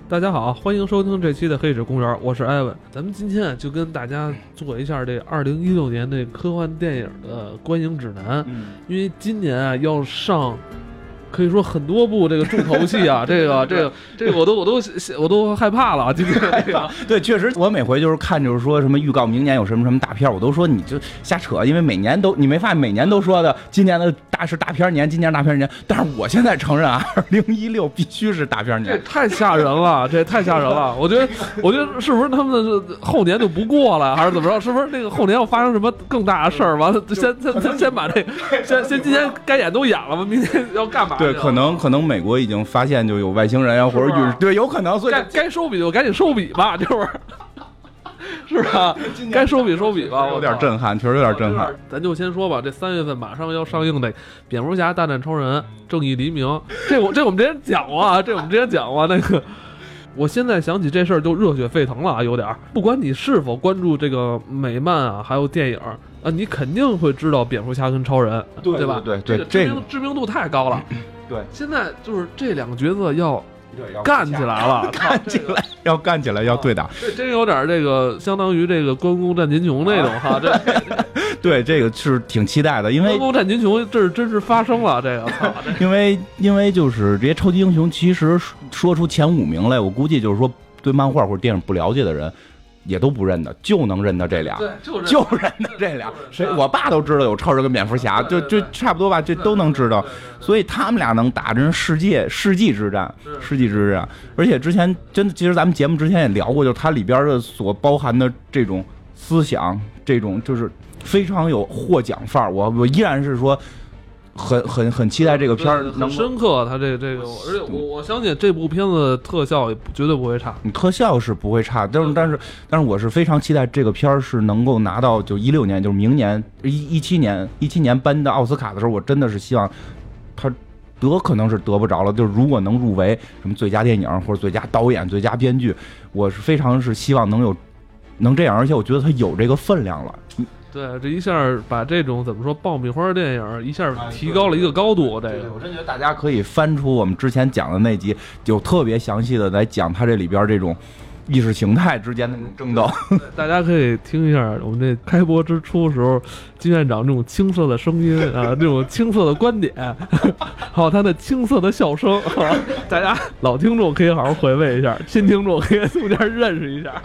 大家好，欢迎收听这期的黑水公园，我是艾文。咱们今天就跟大家做一下这2016年的科幻电影的观影指南。因为今年啊要上，可以说很多部这个重头戏啊，这个我都害怕了啊！今天这个对，确实我每回就是看就是说什么预告明年有什么大片，我都说你就瞎扯，因为每年都你没发现每年都说的今年的是大片年，今年大片年，但是我现在承认啊，2016必须是大片年， 这太吓人了，这太吓人了！我觉得是不是他们的后年就不过了，还是怎么着？是不是那个后年要发生什么更大的事儿？完了，先把这先今天该演都演了吧，明天要干嘛？ 对，可能美国已经发现就有外星人啊，或者对，有可能，所以该收笔就赶紧收笔吧，就是是吧？该收笔吧， 有点震撼，确实有点震撼。 咱就先说吧，这3月份马上要上映的《蝙蝠侠大战超人：正义黎明》，这我们之前讲过啊，那个。我现在想起这事儿就热血沸腾了啊，有点。不管你是否关注这个美漫啊，还有电影啊，你肯定会知道蝙蝠侠跟超人，对吧？ 对， 这个知名度太高了。 对， 现在就是这两个角色要干起来了， 要干起来，要对打。 这有点这个相当于这个关公战秦琼那种哈，这对，这个是挺期待的，因为关公战秦琼这是真是发生了，这个操！ 因为就是这些超级英雄，其实说出前5名来，我估计就是说对漫画或者电影不了解的人也都不认得，就能认得这俩， 对， 就认得这俩。谁？我爸都知道有超人跟蝙蝠侠，就差不多吧，这都能知道。所以他们俩能打这世纪之战，而且之前其实咱们节目之前也聊过，就是它里边的所包含的这种思想，这种就是非常有获奖范儿。我依然是说。很期待这个片儿， 很深刻。他这个，而且我相信这部片子特效绝对不会差。 特效是不会差，但是我是非常期待这个片儿是能够拿到就16年，就是明年17年颁的奥斯卡的时候，我真的是希望他可能是得不着了。就是如果能入围什么最佳电影或者最佳导演、最佳编剧，我是非常希望能这样，而且我觉得他有这个分量了。 对，这一下把这种怎么说爆米花电影一下提高了一个高度。这个我真觉得大家可以翻出我们之前讲的那集，有特别详细的来讲他这里边这种意识形态之间的争斗。 大家可以听一下我们这开播之初的时候，金院长这种青涩的声音啊，这种青涩的观点，还有他的青涩的笑声啊，大家老听众可以好好回味一下，新听众可以中间认识一下。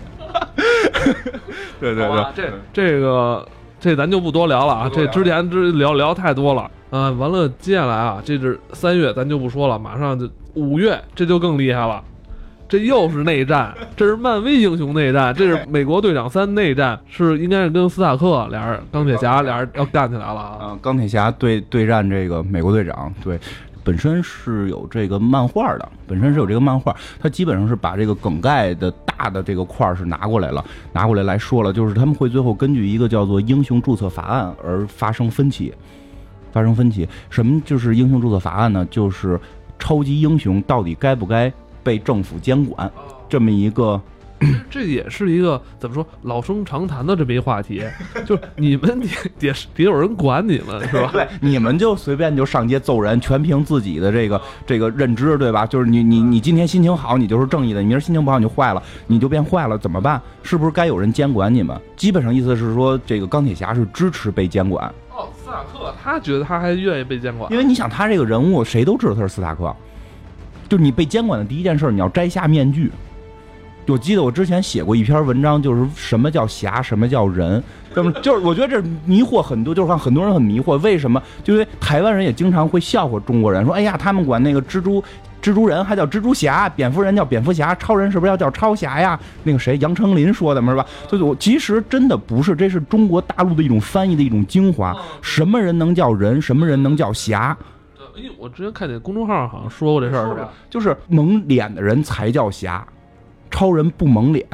对， 这咱就不多聊了啊，这之前聊太多了啊。完了，接下来啊，这是3月，咱就不说了，马上就5月，这就更厉害了。这又是内战，这是漫威英雄内战，这是美国队长3内战，应该是跟斯塔克俩人、钢铁侠俩人要干起来了啊。 钢铁侠对战这个美国队长，对。本身是有这个漫画的，它基本上是把这个梗概的大的这个块是拿过来说了，就是他们会最后根据一个叫做英雄注册法案而发生分歧。什么就是英雄注册法案呢？就是超级英雄到底该不该被政府监管，这么一个。 这也是一个怎么说老生常谈的这么一话题，就是你们得有人管你们是吧？ 对，你们就随便就上街揍人，全凭自己的这个认知，对吧？就是你今天心情好，你就是正义的；你明儿心情不好，你就坏了，你就变坏了，怎么办？是不是该有人监管你们？基本上意思是说，这个钢铁侠是支持被监管。 斯塔克他觉得他还愿意被监管， 因为你想他这个人物，谁都知道他是斯塔克，就是你被监管的第一件事，你要摘下面具。我记得我之前写过一篇文章，就是什么叫侠，什么叫人，就是我觉得这迷惑很多，就是让很多人很迷惑，为什么？就因为台湾人也经常会笑话中国人，说哎呀，他们管那个蜘蛛人还叫蜘蛛侠，蝙蝠人叫蝙蝠侠，超人是不是要叫超侠呀？那个谁杨丞琳说的嘛，是吧？就是我其实真的不是，这是中国大陆的一种翻译的一种精华。什么人能叫人，什么人能叫侠？ 我之前看见公众号好像说过这事儿，是吧？ 就是蒙脸的人才叫侠。超人不蒙脸，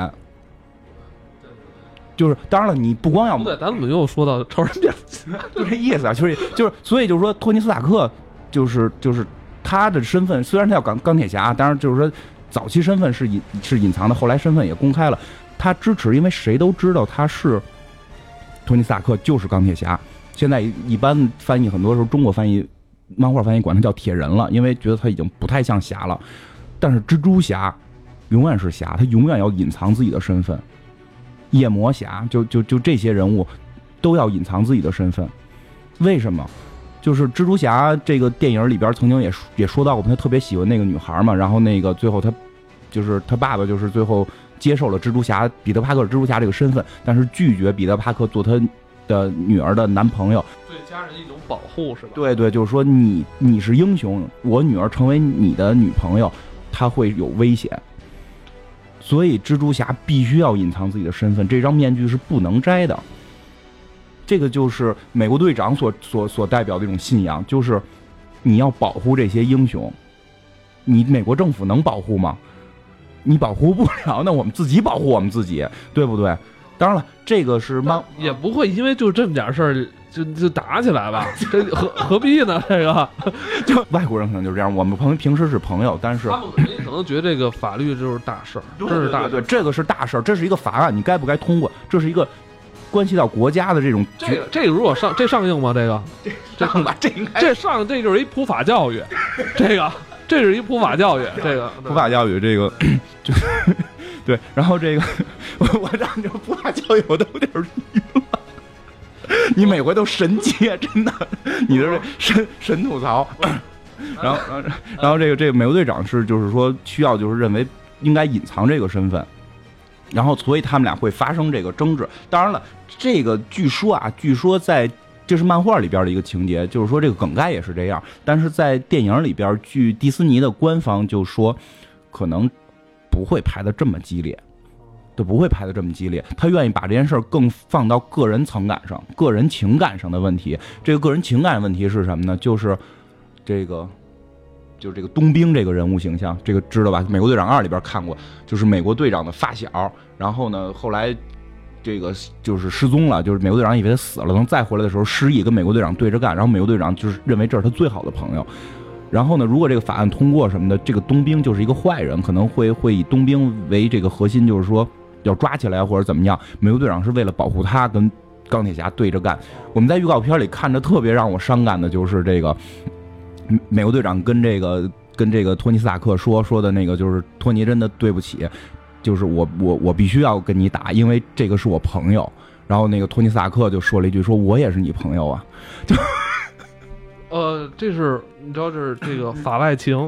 就是当然了，你不光要对，咱怎么又说到超人变就这意思啊，就是所以就是说，托尼斯塔克就是他的身份，虽然他叫钢铁侠，当然就是说早期身份是隐藏的，后来身份也公开了。他支持，因为谁都知道他是托尼斯塔克就是钢铁侠。现在一般翻译，很多时候中国翻译、漫画翻译管他叫铁人了，因为觉得他已经不太像侠了。但是蜘蛛侠永远是侠，他永远要隐藏自己的身份。夜魔侠就这些人物都要隐藏自己的身份，为什么？就是蜘蛛侠这个电影里边曾经也说到过，他特别喜欢那个女孩嘛，然后那个最后他爸爸就是最后接受了蜘蛛侠彼得帕克蜘蛛侠这个身份，但是拒绝彼得帕克做他的女儿的男朋友， 对家人一种保护是吧？ 对对，就是说你是英雄，我女儿成为你的女朋友，她会有危险。所以蜘蛛侠必须要隐藏自己的身份，这张面具是不能摘的。这个就是美国队长所代表的一种信仰，就是你要保护这些英雄。你美国政府能保护吗？你保护不了，那我们自己保护我们自己，对不对？当然了，这个是也不会因为就这么点事儿就打起来吧？这何必呢？这个就外国人可能就是这样，我们平时是朋友，但是他们可能觉得这个法律就是大事儿，这是大事， 对，这个是大事儿，这是一个法案，你该不该通过？这是一个关系到国家的这种这个如果上映吗？这上这就是一普法教育，这是一普法教育，这个普法教育这个就是对，然后这个我让你普法教育我都有点晕了。你每回都神接，真的，你的神吐槽。然后这个美国队长是就是说需要就是认为应该隐藏这个身份，然后所以他们俩会发生这个争执。当然了，这个据说在这是漫画里边的一个情节，就是说这个梗概也是这样，但是在电影里边，据迪士尼的官方就说可能不会拍的这么激烈。都不会拍的这么激烈，他愿意把这件事更放到个人情感上的问题。这个个人情感问题是什么呢？就是这个冬兵这个人物形象，这个知道吧？《美国队长2》里边看过，就是美国队长的发小，然后呢，后来这个就是失踪了，就是美国队长以为他死了，等再回来的时候失忆，跟美国队长对着干，然后美国队长就是认为这是他最好的朋友。然后呢，如果这个法案通过什么的，这个冬兵就是一个坏人，可能会以冬兵为这个核心，就是说要抓起来或者怎么样。美国队长是为了保护他跟钢铁侠对着干。我们在预告片里看着特别让我伤感的就是这个美国队长跟这个托尼斯塔克说的那个，就是托尼真的对不起，就是我必须要跟你打，因为这个是我朋友。然后那个托尼斯塔克就说了一句，说我也是你朋友啊。就这是你知道这是这个法外情。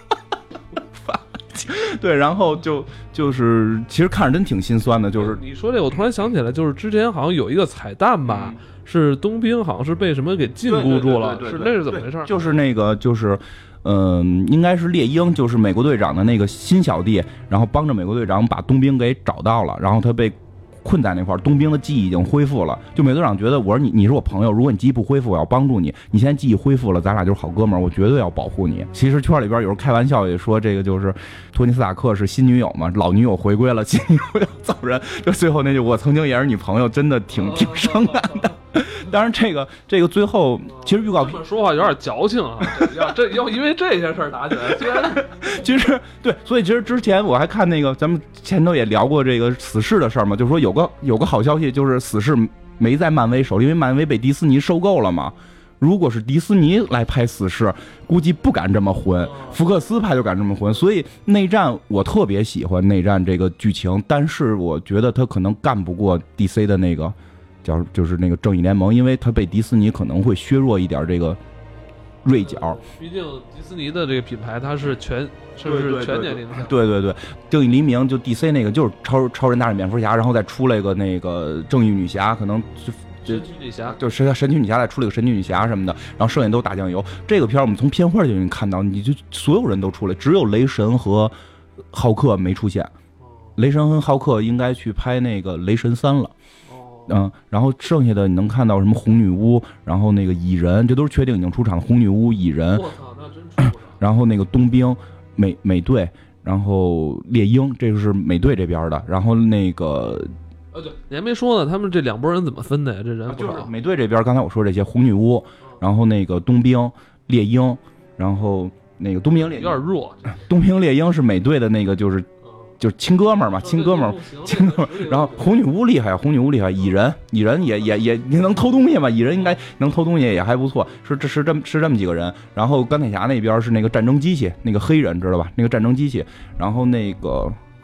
对，然后就是其实看着真挺心酸的。就是你说这我突然想起来，就是之前好像有一个彩蛋吧，是冬兵好像是被什么给禁锢住了，那是怎么回事？就是那个就是应该是猎鹰，就是美国队长的那个新小弟，然后帮着美国队长把冬兵给找到了，然后他被困在那块儿，冬兵的记忆已经恢复了。就美队长觉得，我说你是我朋友，如果你记忆不恢复，我要帮助你。你现在记忆恢复了，咱俩就是好哥们儿，我绝对要保护你。其实圈里边有时候开玩笑也说，这个就是托尼斯塔克是新女友嘛，老女友回归了，新女友要走人。就最后那句我曾经也是你朋友，真的挺伤感的。当然这个最后其实预告片说话有点矫情啊，要因为这些事儿打起来。虽然其实对，所以其实之前我还看那个咱们前头也聊过这个死侍的事儿嘛，就是说有个好消息，就是死侍没在漫威手里，因为漫威被迪士尼收购了嘛。如果是迪士尼来拍死侍，估计不敢这么混，福克斯拍就敢这么混。所以内战我特别喜欢内战这个剧情，但是我觉得他可能干不过 DC 的那个就是那个正义联盟，因为他被迪士尼可能会削弱一点这个锐角。 毕竟迪士尼的这个品牌它是全年龄向。 对对对，正义黎明就 DC 那个就是超人大战蝙蝠侠，然后再出来一个那个正义女侠，可能神奇女侠， 就是神奇女侠再出了个神奇女侠什么的，然后剩下都打酱油。这个片我们从片花就已经看到，你就所有人都出来，只有雷神和浩克没出现。雷神和浩克应该去拍那个雷神3了。然后剩下的你能看到什么红女巫，然后那个蚁人，这都是确定已经出场的。红女巫、蚁人， 我操，那真出场。 然后那个冬兵、美队，然后猎鹰，这个是美队这边的。然后那个对，你还没说呢，他们这两拨人怎么分的呀？这人就是美队这边，刚才我说这些红女巫，然后那个冬兵、猎鹰，然后那个冬兵猎鹰有点弱。 冬兵猎鹰是美队的那个就是亲哥们儿嘛，亲哥们儿。然后红女巫厉害，蚁人也能偷东西嘛，蚁人应该能偷东西也还不错，是这么几个人。然后钢铁侠那边是那个战争机器，那个黑人知道吧？那个战争机器。然后那个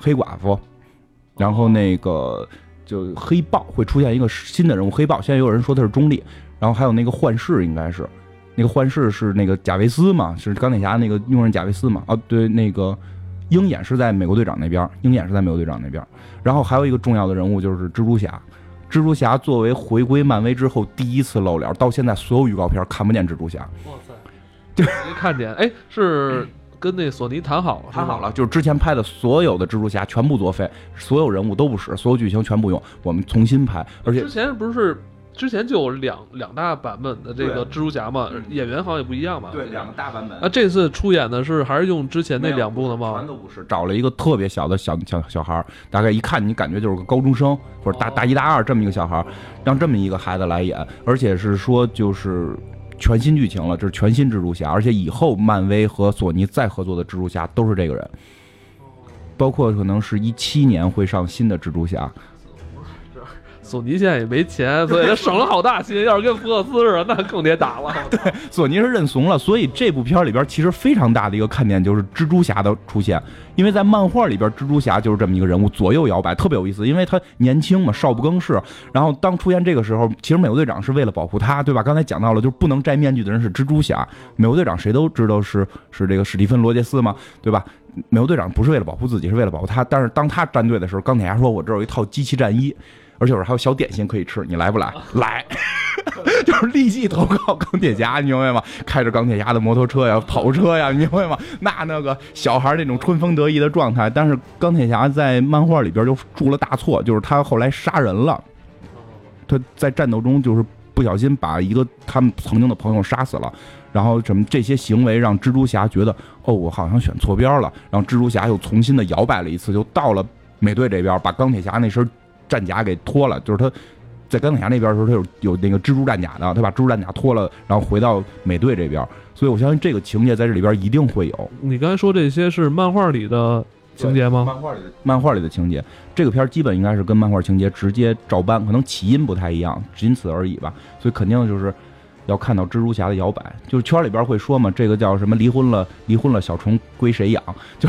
黑寡妇，然后那个就黑豹会出现一个新的人物黑豹，现在有人说他是中立，然后还有那个幻视，应该是那个幻视是那个贾维斯嘛，是钢铁侠那个佣人贾维斯嘛，哦对，那个鹰眼是在美国队长那边，然后还有一个重要的人物就是蜘蛛侠。蜘蛛侠作为回归漫威之后第一次露脸，到现在所有预告片看不见蜘蛛侠。 哇塞，对，没看见。哎，是跟那索尼谈好了， 就是之前拍的所有的蜘蛛侠全部作废，所有人物都不使，所有剧情全部用，我们重新拍。而且之前不是之前就有两大版本的这个蜘蛛侠嘛，演员好像也不一样吧？ 对，两个大版本。 这次出演的是还是用之前那两部的吗？ 全都不是，找了一个特别小的小孩，大概一看你感觉就是个高中生或者大一大二这么一个小孩，让这么一个孩子来演，而且是说就是全新剧情了，这是全新蜘蛛侠，而且以后漫威和索尼再合作的蜘蛛侠都是这个人，包括可能是17年会上新的蜘蛛侠。 索尼现在也没钱，所以他省了好大心。要是跟福克斯似的，那更得打了。 对，索尼是认怂了，所以这部片里边其实非常大的一个看点就是蜘蛛侠的出现，因为在漫画里边，蜘蛛侠就是这么一个人物，左右摇摆，特别有意思。因为他年轻嘛，少不更事。然后当出现这个时候，其实美国队长是为了保护他，对吧？刚才讲到了，就是不能摘面具的人是蜘蛛侠。美国队长谁都知道是这个史蒂芬·罗杰斯嘛，对吧？美国队长不是为了保护自己，是为了保护他。但是当他站队的时候，钢铁侠说：“我这有一套机器战衣。”而且我还有小点心可以吃，你来不来？来，就是立即投靠钢铁侠，你明白吗？开着钢铁侠的摩托车呀、跑车呀，你明白吗？那个小孩那种春风得意的状态。但是钢铁侠在漫画里边就出了大错，就是他后来杀人了，他在战斗中就是不小心把一个他们曾经的朋友杀死了。然后什么这些行为让蜘蛛侠觉得，哦，我好像选错边了。然后蜘蛛侠又重新的摇摆了一次，就到了美队这边，把钢铁侠那身战甲给脱了，就是他在钢铁侠那边的时候，他有那个蜘蛛战甲的，他把蜘蛛战甲脱了，然后回到美队这边，所以我相信这个情节在这里边一定会有。 你刚才说这些是漫画里的情节吗？ 漫画里的情节，这个片基本应该是跟漫画情节直接照搬，可能起因不太一样，仅此而已吧。所以肯定就是要看到蜘蛛侠的摇摆，就是圈里边会说嘛，这个叫什么离婚了，小虫归谁养？就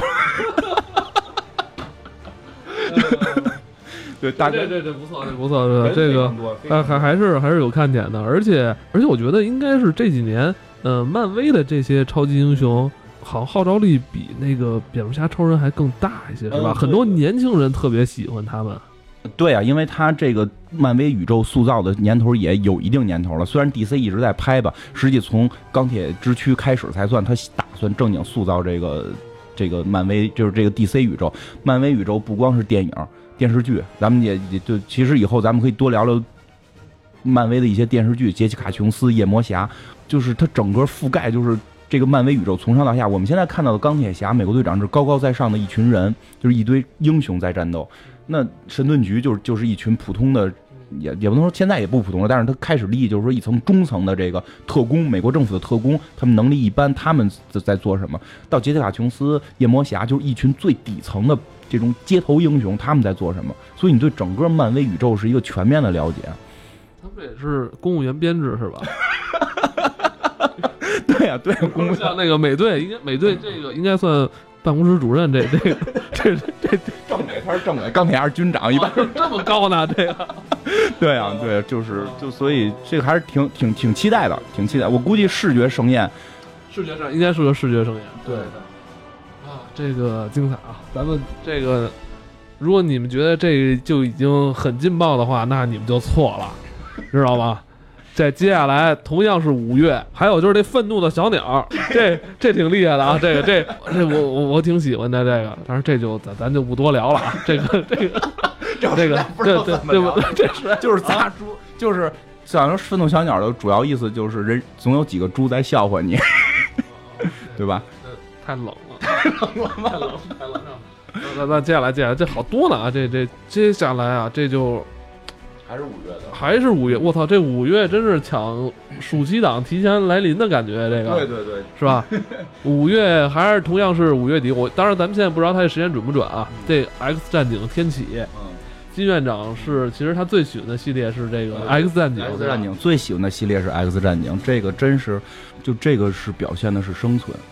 对，大概这不错，这个还是有看点的，而且我觉得应该是这几年，漫威的这些超级英雄，好像号召力比那个蝙蝠侠、超人还更大一些，是吧？很多年轻人特别喜欢他们。 对啊，因为他这个漫威宇宙塑造的年头也有一定年头了，虽然 DC 一直在拍吧，实际从钢铁之躯开始才算他打算正经塑造这个漫威，就是这个 DC 宇宙。漫威宇宙不光是电影。电视剧，咱们也就其实以后咱们可以多聊聊漫威的一些电视剧，杰西卡琼斯、夜魔侠，就是它整个覆盖就是这个漫威宇宙从上到下。我们现在看到的钢铁侠、美国队长是高高在上的一群人，就是一堆英雄在战斗。那神盾局就是一群普通的，也不能说现在也不普通了，但是他开始立就是说一层中层的这个特工，美国政府的特工，他们能力一般，他们在做什么？到杰西卡琼斯、夜魔侠就是一群最底层的这种街头英雄，他们在做什么？所以你对整个漫威宇宙是一个全面的了解。 他们也是公务员编制是吧？ 对呀，对，公务员像那个美队，这个应该算办公室主任，这政委，他是政委，钢铁侠是军长，一般这么高呢？这个， 对啊，对，所以这个还是挺期待的，挺期待。我估计视觉盛宴应该是个视觉盛宴，对的。这个精彩啊！咱们这个，如果你们觉得这就已经很劲爆的话，那你们就错了，知道吗？在接下来同样是5月，还有就是这愤怒的小鸟，这挺厉害的啊！这我挺喜欢的这个，当然这就咱就不多聊了啊！这个对，这是就是砸猪，就是想说愤怒小鸟的主要意思就是人总有几个猪在笑话你，对吧？ 太冷了。太冷了。那接下来这好多呢啊！这接下来啊，这就还是5月。我操，这5月真是抢暑期档提前来临的感觉，这个对， 是吧？5月还是同样是5月底。当然咱们现在不知道它的时间准不准啊。这 X 战警天启，金院长其实他最喜欢的系列是这个 X 战警。 X 战警最喜欢的系列是 X 战警，这个真是这个是表现的是生存。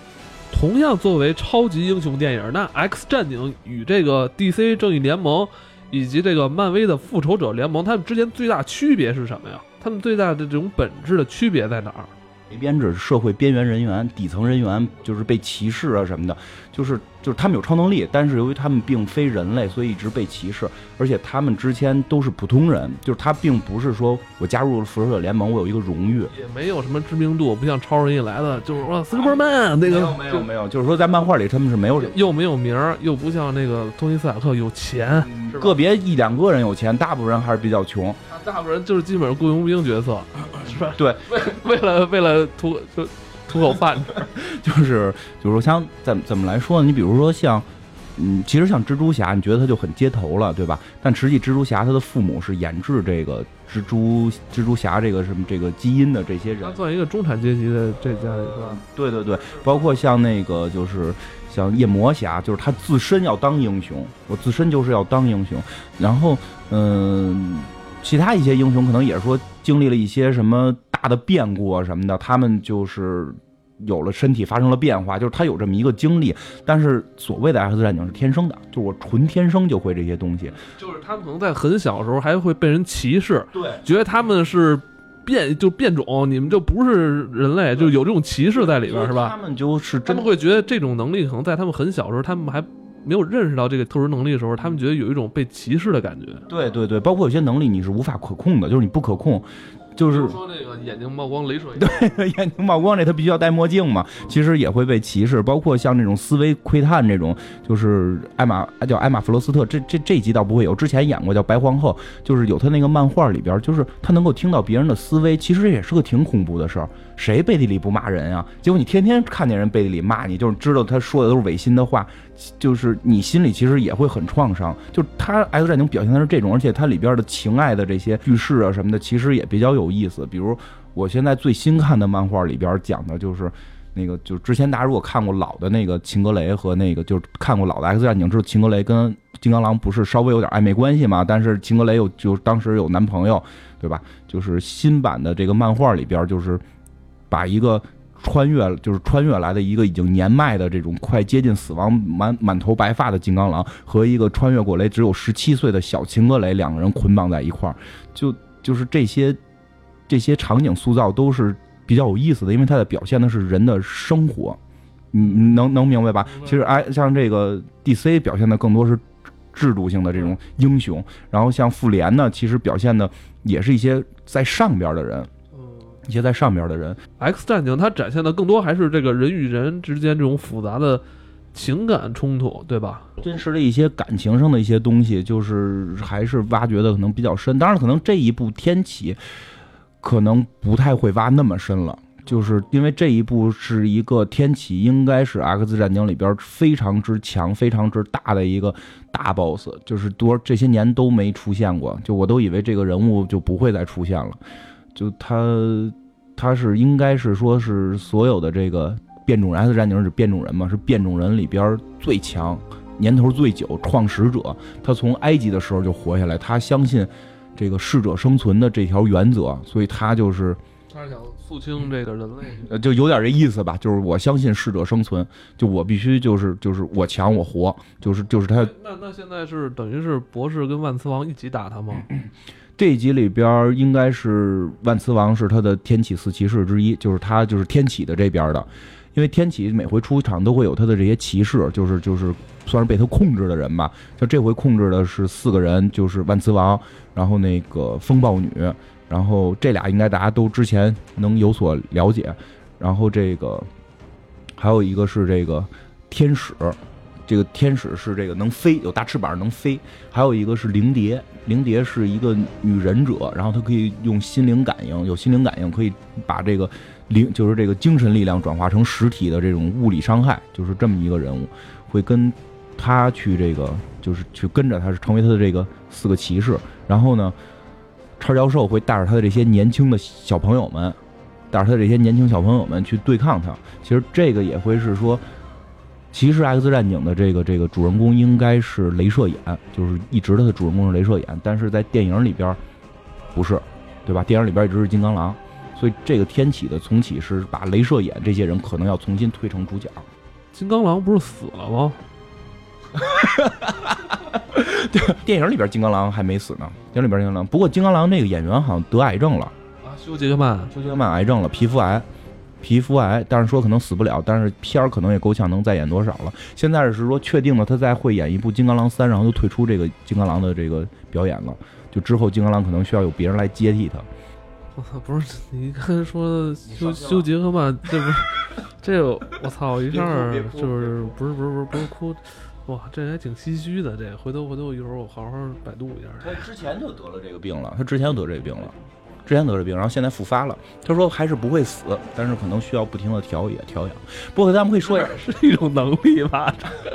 同样作为超级英雄电影，那 X 战警与这个 DC 正义联盟以及这个漫威的复仇者联盟，他们之间最大区别是什么呀？他们最大的这种本质的区别在哪儿？ 编制社会边缘人员、底层人员，就是被歧视啊什么的，就是他们有超能力，但是由于他们并非人类，所以一直被歧视。而且他们之前都是普通人，就是他并不是说我加入了复仇者联盟，我有一个荣誉， 也没有什么知名度，不像超人一来的就是说 Superman 那个没有，就是说在漫画里他们是没有又没有名儿，又不像那个托尼斯塔克有钱， 个别一两个人有钱，大部分人还是比较穷。 大部分人就是基本上雇佣兵角色，是吧？ 对， 为了图口饭吃， 就是说像怎么来说呢？你比如说像，其实像蜘蛛侠，你觉得他就很街头了，对吧？但实际蜘蛛侠他的父母是研制这个蜘蛛侠这个什么这个基因的这些人， 他算一个中产阶级的这家里是吧？ 对，包括像那个就是像夜魔侠，就是他自身要当英雄，我自身就是要当英雄，然后其他一些英雄可能也是说经历了一些什么大的变故啊什么的，他们就是有了身体发生了变化，就是他有这么一个经历。但是所谓的 X 战警是天生的，就是我纯天生就会这些东西。 就是他们可能在很小的时候还会被人歧视， 对， 觉得他们是变种，你们就不是人类，就有这种歧视在里边，是吧？ 他们就是他们会觉得这种能力可能在他们很小的时候，他们还没有认识到这个特殊能力的时候，他们觉得有一种被歧视的感觉。 对，包括有些能力你是无法可控的，就是你不可控。就是说那个眼睛冒光镭射眼， 对，眼睛冒光这他必须要戴墨镜嘛，其实也会被歧视。包括像那种思维窥探这种，就是艾玛弗罗斯特，这一集倒不会有，之前演过叫白皇后，就是有他那个漫画里边，就是他能够听到别人的思维，其实也是个挺恐怖的事儿。谁背地里不骂人啊？结果你天天看见人背地里骂你，就是知道他说的都是违心的话，就是你心里其实也会很创伤。就是他 X 战警表现的是这种，而且它里边的情爱的这些叙事啊什么的，其实也比较有意思。比如我现在最新看的漫画里边讲的就是那个，就之前大家如果看过老的那个秦格雷和那个，就是看过老的 X 战警，知道秦格雷跟金刚狼不是稍微有点暧昧关系嘛？但是秦格雷就当时有男朋友，对吧？就是新版的这个漫画里边，就是把一个穿越来的一个已经年迈的这种快接近死亡满头白发的金刚狼和一个穿越过来只有17岁的小秦格雷两个人捆绑在一块儿，就是这些场景塑造都是比较有意思的，因为它的表现的是人的生活，你能明白吧？其实像这个 DC 表现的更多是制度性的这种英雄，然后像复联呢，其实表现的也是一些在上边的人。一些在上边的人 ，X 战警它展现的更多还是这个人与人之间这种复杂的情感冲突，对吧？ 真实的一些感情上的一些东西，就是还是挖掘的可能比较深。当然，可能这一部天启可能不太会挖那么深了，就是因为这一部是一个天启，应该是 X 战警里边非常之强、非常之大的一个大 boss， 就是这些年都没出现过，就我都以为这个人物就不会再出现了。就他是应该是说是所有的这个变种人 X 战警是变种人嘛，是变种人里边最强、年头最久、创始者。他从埃及的时候就活下来，他相信这个适者生存的这条原则，所以他是想肃清这个人类， 就有点这意思吧。就是我相信适者生存，就我必须就是我强我活，就是他。 那现在是等于是博士跟万磁王一起打他吗？ 这一集里边应该是万磁王是他的天启4骑士之一，就是他就是天启的这边的，因为天启每回出场都会有他的这些骑士，就是算是被他控制的人吧。像这回控制的是4个人，就是万磁王，然后那个风暴女，然后这俩应该大家都之前能有所了解，然后这个还有一个是这个天使。这个天使是这个能飞，有大翅膀能飞，还有一个是灵蝶，灵蝶是一个女忍者，然后她可以用心灵感应，有心灵感应可以把这个就是这个精神力量转化成实体的这种物理伤害，就是这么一个人物，会跟他去这个就是去跟着他，是成为他的这个4个骑士。然后呢，叉教授会带着他的这些年轻的小朋友们，去对抗他。其实这个也会是说。其实 X 战警的这个主人公应该是镭射眼，就是一直的主人公是镭射眼，但是在电影里边不是，对吧？电影里边一直是金刚狼，所以这个天启的重启是把镭射眼这些人可能要重新推成主角。 金刚狼不是死了吗？ 电影里边金刚狼还没死呢，电影里边金刚狼，不过金刚狼那个演员好像得癌症了啊，休·杰克曼癌症了，皮肤癌，但是说可能死不了，但是片儿可能也够呛能再演多少了。现在是说确定了他再会演一部《金刚狼3》，然后就退出这个金刚狼的这个表演了，就之后金刚狼可能需要有别人来接替他。 我操，不是你刚才说休·杰克曼，这不是这个我操一下就是不是哭。哇，这还挺唏嘘的。这回头一会儿我好好百度一下。 他之前就得了这个病了，然后现在复发了。他说还是不会死，但是可能需要不停的调养。不过咱们可以说一下， 是一种能力吧？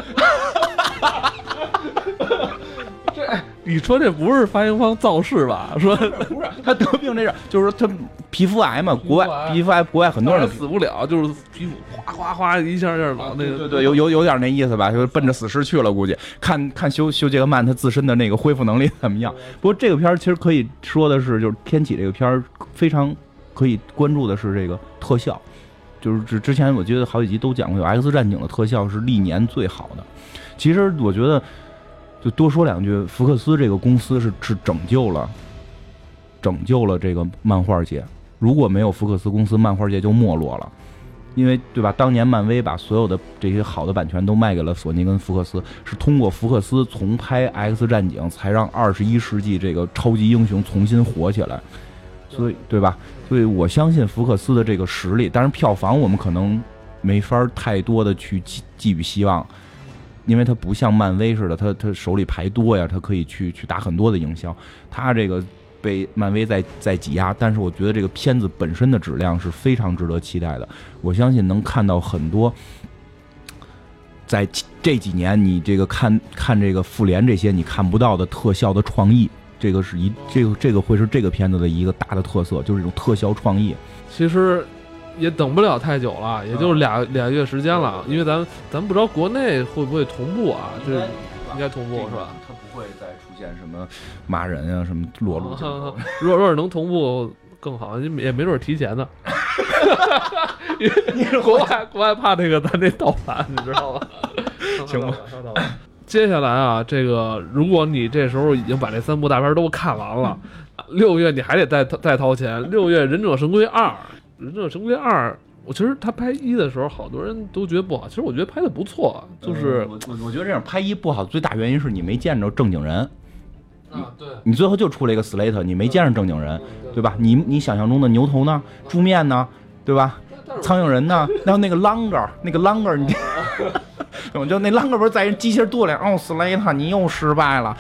你说这不是发行方造势吧？说不是他得病这事，就是说他皮肤癌嘛，国外很多人死不了，就是皮肤哗一下老那个。 对，有点那意思吧，就是奔着死尸去了，估计看休·杰克曼他自身的那个恢复能力怎么样。不过这个片儿其实可以说的是，就是天启这个片儿非常可以关注的是这个特效，就是之前我觉得好几集都讲过，有 X 战警的特效是历年最好的。其实我觉得。就多说两句，福克斯这个公司是拯救了这个漫画界。如果没有福克斯公司，漫画界就没落了。因为对吧？当年漫威把所有的这些好的版权都卖给了索尼跟福克斯，是通过福克斯重拍 X 战警，才让21世纪这个超级英雄重新火起来。所以对吧？所以我相信福克斯的这个实力。当然，票房我们可能没法太多的去寄予希望。因为他不像漫威似的，他手里牌多呀，他可以去打很多的营销。他这个被漫威在挤压，但是我觉得这个片子本身的质量是非常值得期待的。我相信能看到很多，在这几年你这个看这个复联这些你看不到的特效的创意，这个是这个会是这个片子的一个大的特色，就是这种特效创意。 其实。也等不了太久了，也就是俩月时间了，因为咱不知道国内会不会同步啊？这应该同步是吧？ 它不会再出现什么骂人啊，什么裸露。 如果能同步更好，也没准提前呢。因为国外怕那个咱这盗版，你知道吗？ 行吧。 接下来啊，这个如果你这时候已经把这3部大片都看完了，6月你还得再掏钱。6月《忍者神龟2》。忍者神龟2，我其实他拍1的时候，好多人都觉得不好。其实我觉得拍的不错，就是我觉得这样拍1不好，最大原因是你没见着正经人。 对， 你最后就出了一个 Slate， 你没见着正经人，对吧？你想象中的牛头呢，猪面呢，对吧？苍蝇人呢，然后那个 Longer， 你我就那 Longer 不是在人机器人肚里，哦 Slate， 你又失败了，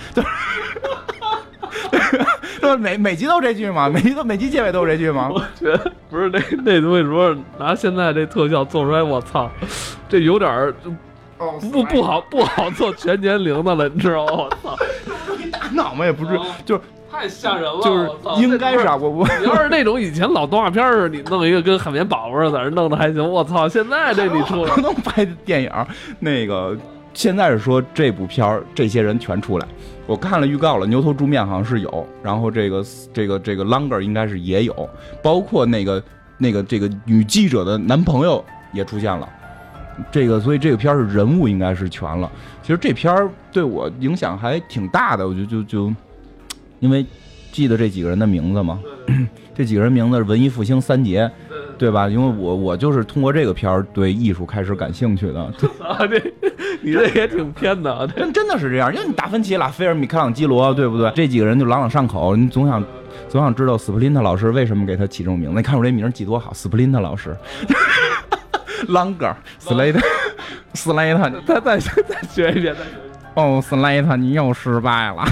就是每集都这句吗？每集结尾都是这句吗？ 我觉得不是那东西，如果拿现在这特效做出来，我操，这有点不好做全年龄的了，你知道吗？我操， 你大脑嘛也不是，就是太吓人了， 就是应该是啊，我你要是那种以前老动画片儿，你弄一个跟海绵宝宝似的在那弄的还行，我操，现在这你出来不能拍电影，那个现在是说这部片儿这些人全出来。我看了预告了，牛头猪面好像是有，然后这个 Longer 应该是也有，包括那个女记者的男朋友也出现了，所以这个片儿是人物应该是全了。其实这片儿对我影响还挺大的，我就因为记得这几个人的名字嘛，这几个人名字是文艺复兴3杰。对吧？因为我就是通过这个片儿对艺术开始感兴趣的。 你这也挺偏的， 真的是这样。因为你达芬奇、拉斐尔、米开朗基罗，对不对？这几个人就朗朗上口，你总想知道斯普林特老师为什么给他起这种名字。你看我这名记多好，斯普林特老师，Longer Slate， 再学一遍， 哦 Slate， 你又失败了。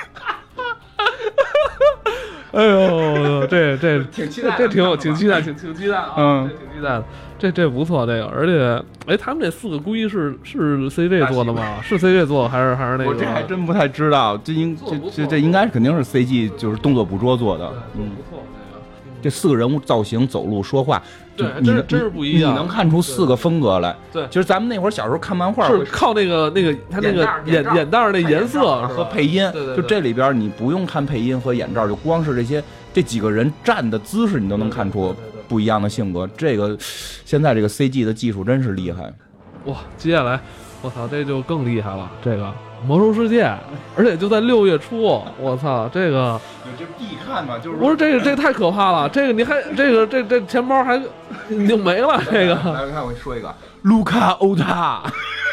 哎呦，这挺期待， 这挺期待啊，挺期待的，这不错，这个，而且，他们这4个估计是 CG 做的吗？是 CG 做的还是那个？ 我这还真不太知道，这应该肯定是 CG， 就是动作捕捉做的， 不错。 这4个人物造型、走路、说话， 对，真是不一样。 你能看出4个风格来。 对， 其实咱们那会儿小时候看漫画是靠那个他那个眼罩那颜色和配音。 对， 就这里边你不用看配音和眼罩，就光是这几个人站的姿势，你都能看出不一样的性格。这个现在这个 CG 的技术真是厉害。 哇，接下来我操，这就更厉害了，这个魔兽世界，而且就在6月初，我操，这个这必看嘛，就是不是这个太可怕了，这个你还这钱包还你就没了，这个来看我说一个卢卡欧塔。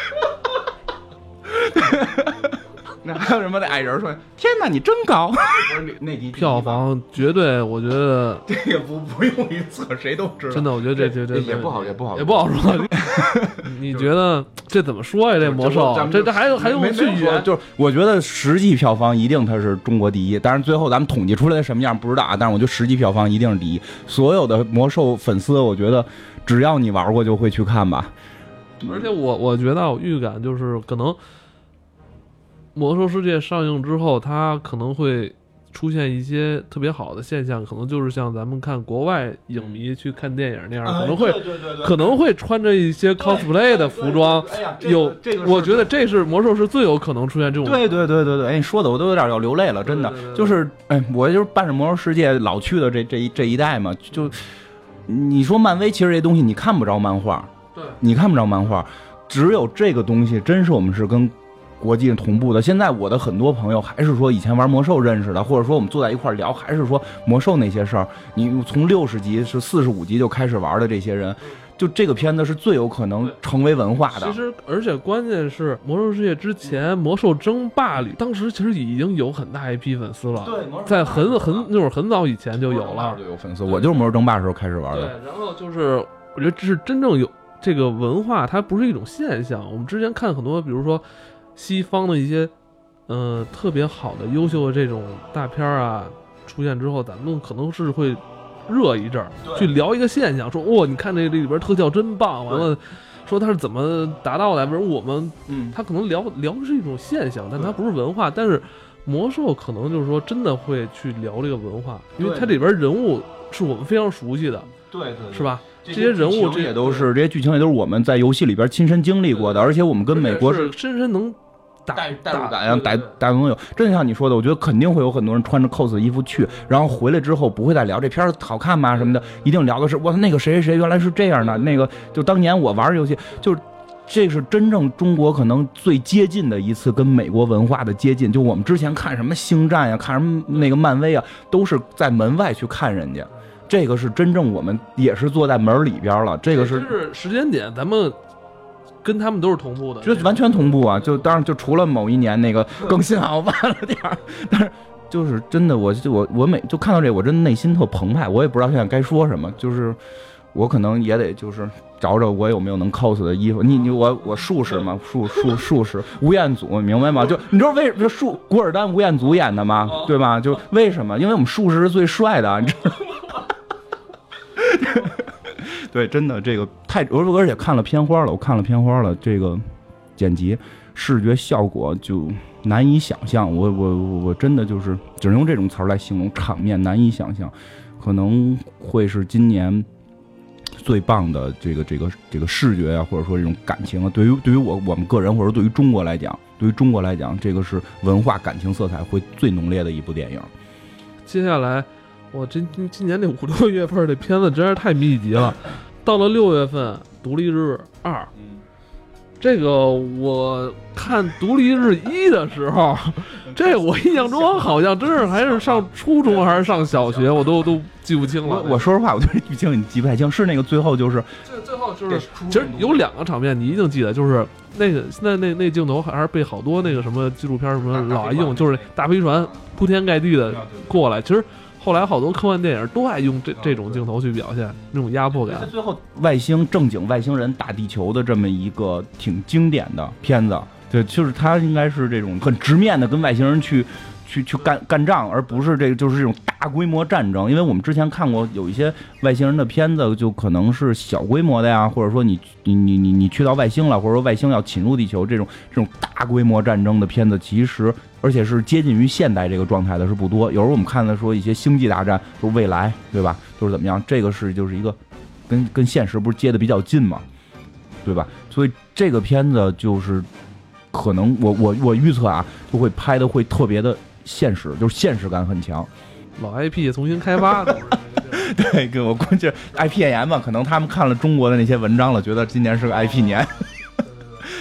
那还有什么那矮人说：“天哪，你真高！”那集票房绝对，我觉得这个不用预测，谁都知道。 真的，我觉得这也不好说。你觉得这怎么说呀？这魔兽，这还用去语言？ 就是我觉得实际票房一定它是中国第一，但是最后咱们统计出来的什么样不知道啊。但是我觉得实际票房一定是第一。所有的魔兽粉丝，我觉得只要你玩过就会去看吧。 而且我觉得我预感就是可能。魔兽世界上映之后，它可能会出现一些特别好的现象，可能就是像咱们看国外影迷去看电影那样，可能会穿着一些 cosplay 的服装，我觉得这是魔兽是最有可能出现这种。 对，哎，你说的我都有点要流泪了，真的，就是哎，我就是伴着魔兽世界老去的这一代嘛，就你说漫威其实这东西你看不着漫画， 对， 你看不着漫画，只有这个东西真是我们是跟国际同步的。现在我的很多朋友还是说以前玩魔兽认识的，或者说我们坐在一块聊，还是说魔兽那些事儿。你从60集是45集就开始玩的这些人，就这个片子是最有可能成为文化的。 其实，而且关键是魔兽世界之前，魔兽争霸里当时其实已经有很大一批粉丝了。 对， 在那会儿很早以前就有了， 就有粉丝。我就是魔兽争霸的时候开始玩的。 对，然后就是我觉得这是真正有这个文化，它不是一种现象。我们之前看很多，比如说。西方的一些，特别好的、优秀的这种大片啊，出现之后，咱们可能是会热一阵儿，去聊一个现象，说你看这里边特效真棒，完了，说它是怎么达到的，比如我们，他可能聊的是一种现象，但它不是文化，但是魔兽可能就是说真的会去聊这个文化，因为它里边人物是我们非常熟悉的， 对， 是吧？这些人物这些都是这些剧情也都是我们在游戏里边亲身经历过的，而且我们跟美国是深深能代入感呀，大能有。真的像你说的，我觉得肯定会有很多人穿着 cos 的衣服去，然后回来之后不会再聊这片好看吗什么的，一定聊的是那个谁原来是这样的，那个就当年我玩游戏，就是这是真正中国可能最接近的一次跟美国文化的接近。就我们之前看什么星战呀，看什么那个漫威啊，都是在门外去看人家。这个是真正我们也是坐在门里边了，这个是时间点，咱们跟他们都是同步的， 就完全同步啊！就当然就除了某一年那个更新好晚了点儿，但是就是真的，我每就看到这，我真的内心特澎湃，我也不知道现在该说什么，就是我可能也得就是找我有没有能 cos 的衣服，我术士嘛，术士吴彦祖，明白吗？就你知道为什么古尔丹吴彦祖演的吗？对吧？就为什么？因为我们术士是最帅的，你知道吗？对，真的这个而且看了片花了，我看了片花了，这个剪辑视觉效果就难以想象，我真的就是只能用这种词儿来形容，场面难以想象，可能会是今年最棒的这个视觉啊，或者说这种感情啊，对于我们个人或者对于中国来讲，这个是文化感情色彩会最浓烈的一部电影。 接下来。我今年这5、6月份这片子真是太密集了，到了6月份，《独立日2》，这个我看《独立日1》的时候，这我印象中好像真是还是上初中还是上小学，我都记不清了。 我说实话，我对这剧情你记不太清，是那个最后就是， 其实有2个场面你一定记得，就是那个现在那镜头还是被好多那个什么纪录片什么老爱用，就是大飞船铺天盖地的过来，其实。后来好多科幻电影都爱用这种镜头去表现那种压迫感。 最后正经外星人打地球的这么一个挺经典的片子，对，就是它应该是这种很直面的跟外星人去干仗，而不是就是这种大规模战争。因为我们之前看过有一些外星人的片子，就可能是小规模的呀，或者说你去到外星了，或者说外星要侵入地球这种大规模战争的片子，其实而且是接近于现代这个状态的是不多。有时候我们看的说一些星际大战，就是未来，对吧？就是怎么样，这个就是一个跟现实不是接的比较近嘛，对吧？所以这个片子就是可能我预测啊，就会拍的会特别的现实，就是现实感很强。 老 IP 重新开发的， 对，我估计 IP 演员嘛，可能他们看了中国的那些文章了，觉得今年是个 IP 年。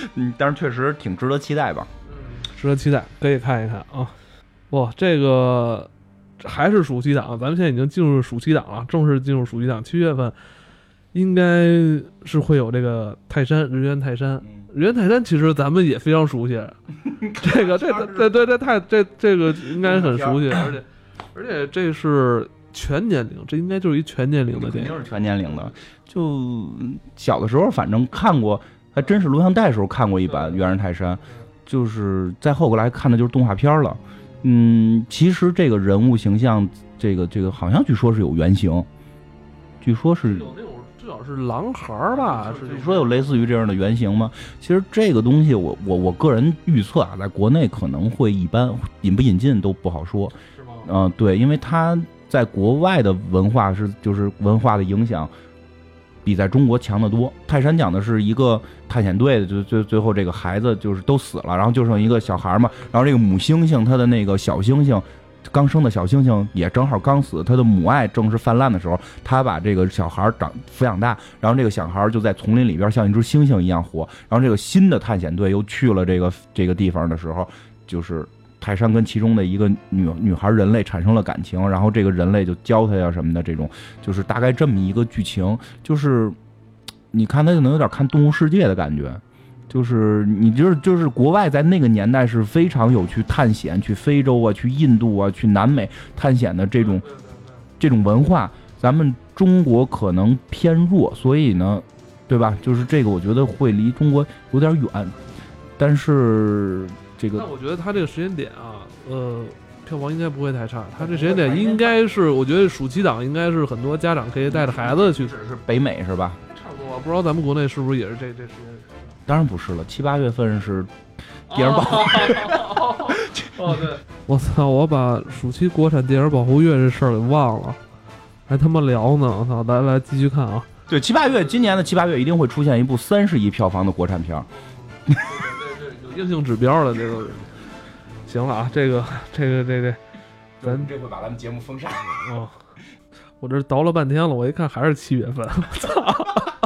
但是确实挺值得期待吧。 值得期待，可以看一看啊。哇，这个还是暑期档，咱们现在已经进入暑期档了，正式进入暑期档。7月份应该是会有这个泰山日元泰山，日元泰山其实咱们也非常熟悉，这个这个应该很熟悉，而且这是全年龄，这应该就是一全年龄的电影， 肯定是全年龄的。就小的时候反正看过，还真是录像带的时候看过一版《猿人泰山》，就是再后来看的就是动画片了。其实这个人物形象，这个好像据说是有原型，据说是有那种至少是狼孩吧， 是说有类似于这样的原型吗？其实这个东西我个人预测啊，在国内可能会一般，引不引进都不好说。 是吗？ 对，因为它在国外的文化就是文化的影响比在中国强得多。泰山讲的是一个探险队的，就最后这个孩子就是都死了，然后就剩一个小孩嘛，然后这个母猩猩它的那个小猩猩。刚生的小猩猩也正好刚死，他的母爱正是泛滥的时候，他把这个小孩抚养大，然后这个小孩就在丛林里边像一只猩猩一样活。然后这个新的探险队又去了这个地方的时候，就是泰山跟其中的一个女孩人类产生了感情，然后这个人类就教他呀什么的，这种就是大概这么一个剧情。就是你看他就能有点看动物世界的感觉。就是你就是国外在那个年代是非常有去探险，去非洲啊，去印度啊，去南美探险的这种文化，咱们中国可能偏弱，所以呢，对吧？就是这个我觉得会离中国有点远，但是这个， 但我觉得他这个时间点啊，票房应该不会太差。他这时间点应该是，我觉得暑期档应该是很多家长可以带着孩子去。 是北美是吧？ 差不多，不知道咱们国内是不是也是这时间。 当然不是了，7、8月份是电影保护月。 哦，对，我操！我把暑期国产电影保护月这事儿给忘了，还他妈聊呢！我操，来继续看啊！ 对，7、8月，今年的7、8月一定会出现一部30亿票房的国产片。 对，有硬性指标的这个。行了啊，这个，咱这会把咱们节目封杀。 哦，我这倒了半天了，我一看还是7月份，我操！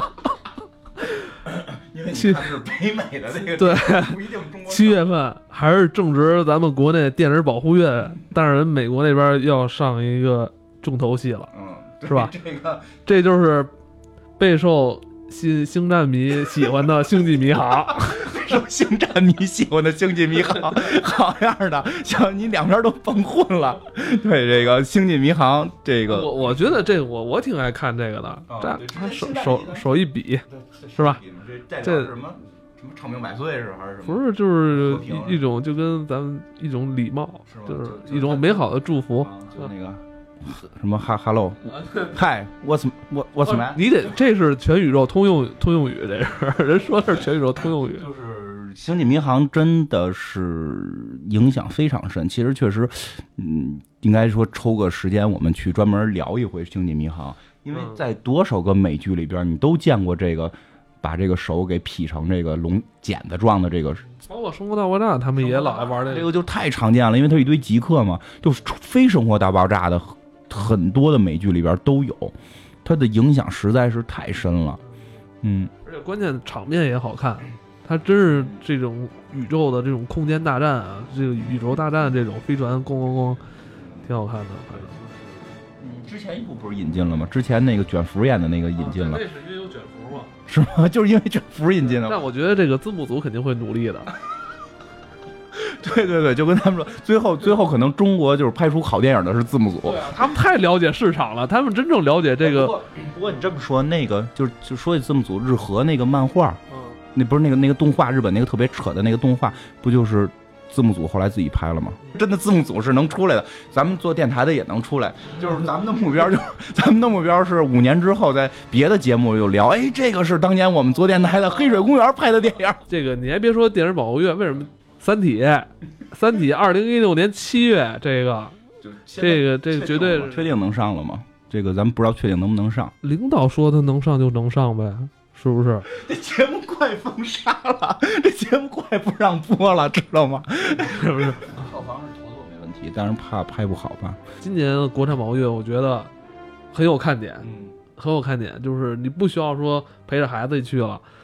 因为你看是北美的那个， 对， 不一定中国。 7月份还是正值咱们国内电影保护月，但是人美国那边要上一个重头戏了，是吧？这就是备受星战迷喜欢的《星际迷航》， 受星战迷喜欢的《星际迷航》，好样的，像你两边都崩混了。对，这个《星际迷航》，这个我觉得这个我挺爱看这个的，这手一比，是吧？这什么长命百岁是还是什么？ 不是，就是一种就跟咱们一种礼貌，就是一种美好的祝福。 就那个什么hello，嗨，what's man？ 你得这是全宇宙通用语，这是人说的是全宇宙通用语。 就是《星际迷航》真的是影响非常深。其实确实，应该说抽个时间我们去专门聊一回《星际迷航》，因为在多少个美剧里边，你都见过这个。把这个手给劈成这个龙茧子状的这个， 包括《生活大爆炸》，他们也老爱玩这个就太常见了，因为它一堆极客嘛，就是非《生活大爆炸》的很多的美剧里边都有，它的影响实在是太深了。 而且关键场面也好看，它真是这种宇宙的这种空间大战啊，这个宇宙大战这种飞船咣，挺好看的，反正。 之前一部不是引进了吗？之前那个卷福演的那个引进了， 那是因为有卷福嘛？ 是吗？就是因为卷福引进的。 但我觉得这个字幕组肯定会努力的。 对，就跟他们说，最后可能中国就是拍出好电影的是字幕组。 对啊，他们太了解市场了，他们真正了解这个。 不过你这么说，那个就说起字幕组，日和那个漫画，那不是那个动画，日本那个特别扯的那个动画，不就是字幕组后来自己拍了吗？真的字幕组是能出来的，咱们做电台的也能出来。就是咱们的目标是5年之后在别的节目又聊，哎，这个是当年我们做电台的黑水公园拍的电影。 这个你还别说电影保护月，为什么三体2016年7月这个绝对确定能上了吗？这个咱们不知道确定能不能上。 领导说他能上就能上呗，是不是？ 这节目快封杀了，这节目快不让播了，知道吗？是不是？票房是妥妥没问题，但是怕拍不好吧。 今年国产保护月我觉得很有看点，很有看点，就是你不需要说陪着孩子去了，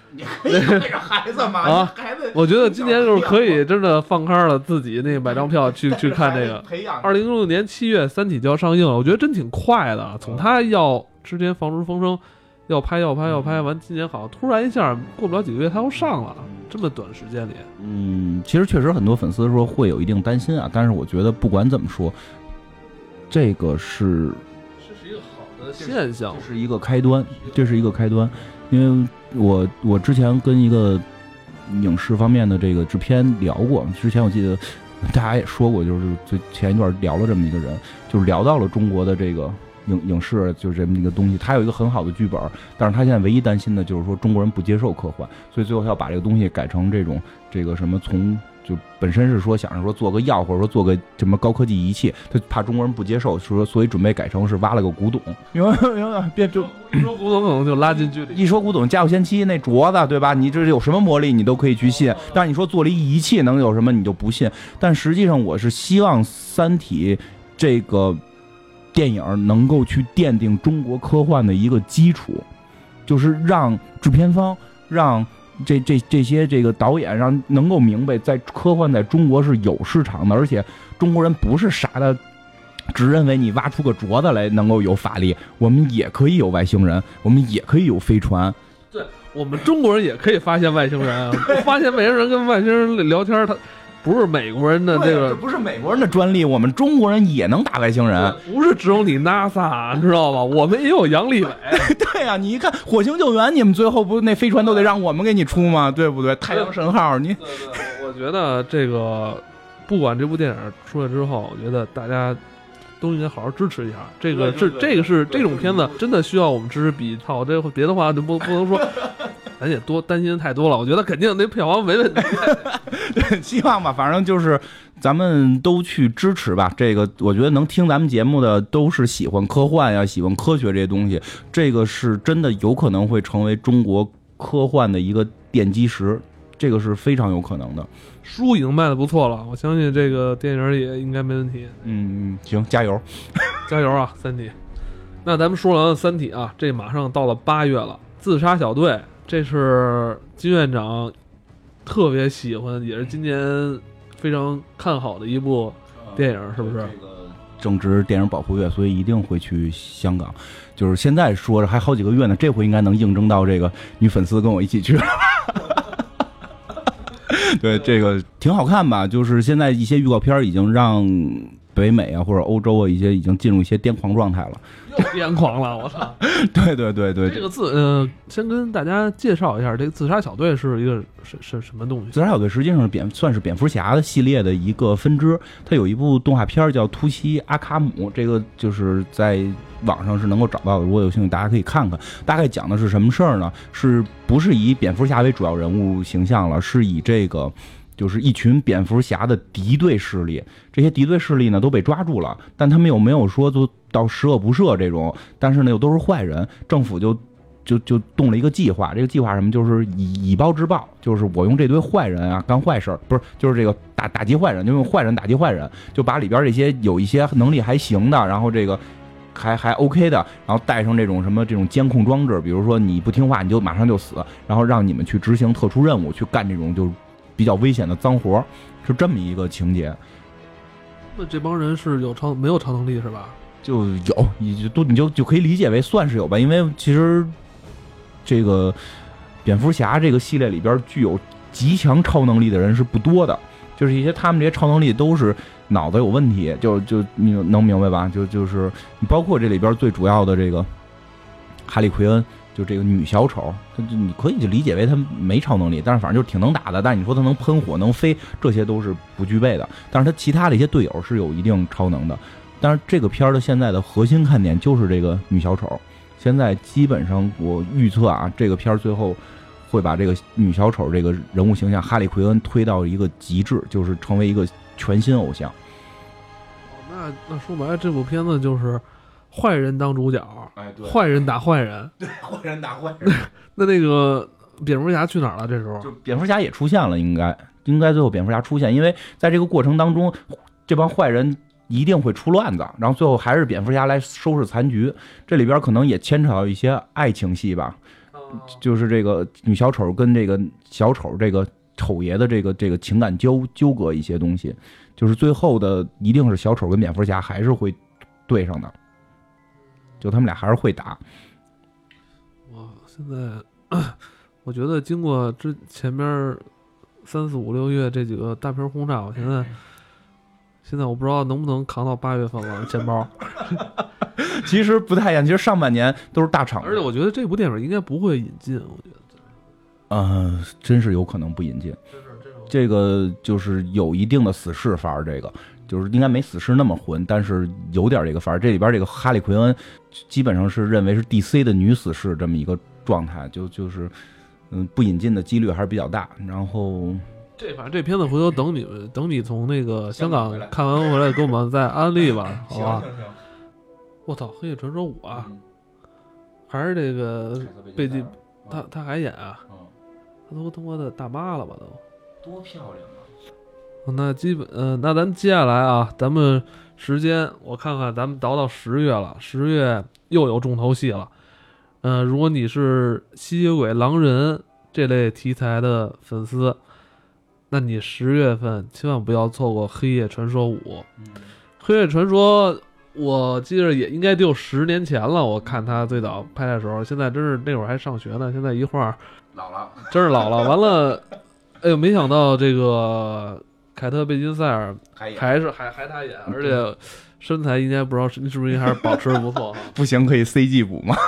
你可以带着孩子嘛啊， 孩子， 我觉得今年就是可以真的放开了自己那个买张票去看这个。 培养。 2016年7月，《三体》就要上映了，我觉得真挺快的。从他之前放出风声，要拍，完今年好像突然一下过不了几个月他又上了，这么短时间里。 其实确实很多粉丝说会有一定担心啊，但是我觉得不管怎么说，这是一个好的现象， 这是一个开端，因为我之前跟一个影视方面的这个制片聊过，之前我记得大家也说过，就是最前一段聊了这么一个人，就是聊到了中国的这个影视就是这么一个东西，他有一个很好的剧本，但是他现在唯一担心的就是说中国人不接受科幻，所以最后他要把这个东西改成这个什么就本身是说想着说做个药或者说做个什么高科技仪器，他怕中国人不接受，所以准备改成是挖了个古董，明白？别就一说古董可能就拉近距离， 一说古董家有仙妻那镯子对吧？你这有什么魔力你都可以去信，但是你说做了一仪器能有什么你就不信。但实际上我是希望《三体》这个电影能够去奠定中国科幻的一个基础，就是让制片方让这些这个导演让能够明白，在科幻在中国是有市场的，而且中国人不是傻的，只认为你挖出个镯子来能够有法力，我们也可以有外星人，我们也可以有飞船。 对，我们中国人也可以发现外星人，发现外星人跟外星人聊天，他不是美国人的这不是美国人的专利，我们中国人也能打外星人， 不是只有你 NASA， 你知道吗？我们也有杨利伟。 对呀、你一看火星救援，你们最后不那飞船都得让我们给你出吗？对不对？太阳神号，你对，我觉得这个不管这部电影出来之后，我觉得大家都应该好好支持一下。这个是这种片子真的需要我们支持。比操这别的话就不能说。咱也多担心太多了，我觉得肯定那票房没问题。 希望吧，反正就是咱们都去支持吧。这个我觉得能听咱们节目的都是喜欢科幻呀、喜欢科学这些东西，这个是真的有可能会成为中国科幻的一个奠基石，这个是非常有可能的。 书已经卖的不错了，我相信这个电影也应该没问题。 行，加油， 加油啊，三体！那咱们说完了三体啊，这马上到了8月了，自杀小队。这是金院长特别喜欢，也是今年非常看好的一部电影，是不是？ 正值电影保护月，所以一定会去香港。就是现在说着还好几个月呢，这回应该能应征到这个女粉丝跟我一起去了。对，这个挺好看吧？就是现在一些预告片已经让北美啊或者欧洲啊一些已经进入一些癫狂状态了。 又癫狂了，我操！ 对， 这个先跟大家介绍一下，这个自杀小队是一个是什么东西？ 自杀小队实际上算是蝙蝠侠的系列的一个分支，它有一部动画片叫《突袭阿卡姆》，这个就是在网上是能够找到的，如果有兴趣大家可以看看。大概讲的是什么事儿呢？是不是以蝙蝠侠为主要人物形象了？是以这个。就是一群蝙蝠侠的敌对势力，这些敌对势力呢都被抓住了，但他们又没有说就到十恶不赦这种，但是呢又都是坏人，政府就动了一个计划，这个计划什么就是以暴制暴，就是我用这堆坏人啊干坏事，不是就是这个打击坏人，就用坏人打击坏人，就把里边这些有一些能力还行的，然后这个还 OK 的，然后带上这种监控装置，比如说你不听话你就马上就死，然后让你们去执行特殊任务，去干这种就比较危险的脏活，是这么一个情节。 那这帮人是没有超能力是吧？ 就有，你就可以理解为算是有吧，因为其实这个蝙蝠侠这个系列里边具有极强超能力的人是不多的，就是一些他们这些超能力都是脑子有问题，就你能明白吧？就是你包括这里边最主要的这个哈利奎恩。就这个女小丑，你可以就理解为她没超能力，但是反正就挺能打的。但是你说她能喷火、能飞，这些都是不具备的。但是她其他的一些队友是有一定超能的。但是这个片的现在的核心看点就是这个女小丑。现在基本上我预测啊，这个片最后会把这个女小丑这个人物形象哈利奎恩推到一个极致，就是成为一个全新偶像。 那说白了，这部片子就是坏人当主角， 对， 坏人打坏人， 对，坏人打坏人。 那个蝙蝠侠去哪儿了？这时候就蝙蝠侠也出现了，应该最后蝙蝠侠出现，因为在这个过程当中，这帮坏人一定会出乱子，然后最后还是蝙蝠侠来收拾残局。这里边可能也牵扯到一些爱情戏吧。 就是这个女小丑跟这个小丑这个丑爷的这个情感纠葛一些东西，就是最后的一定是小丑跟蝙蝠侠还是会对上的，就他们俩还是会打。 哇，现在我觉得经过前边3、4、5、6月这几个大片轰炸，我现在我不知道能不能扛到8月份了钱包。 其实不太一样，其实上半年都是大场面， 而且我觉得这部电影应该不会引进，我觉得真是有可能不引进。这个就是有一定的死侍范儿，这个就是应该没死侍那么混，但是有点这个范儿。这里边这个哈利奎恩基本上是认为是 DC 的女死侍这么一个状态，就是不引进的几率还是比较大。然后反正这片子回头等你从那个香港看完回来给我们再安利吧，好吧？我操，《黑夜传说5》啊，还是这个贝蒂，他还演啊？他都他妈的大妈了吧都？ 多漂亮啊！ 那基本那咱接下来啊，咱们时间我看看，咱们倒到10月了，10月又有重头戏了。如果你是吸血鬼、狼人这类题材的粉丝，那你10月份千万不要错过《黑夜传说5》。黑夜传说我记得也应该得有10年前了，我看他最早拍的时候，现在真是那会儿还上学呢，现在一会儿老了， 真是老了。完了，哎呦，没想到这个凯特·贝金赛尔还他演，而且身材应该不知道是不是还是保持的不错。 不行，可以 CG 补吗？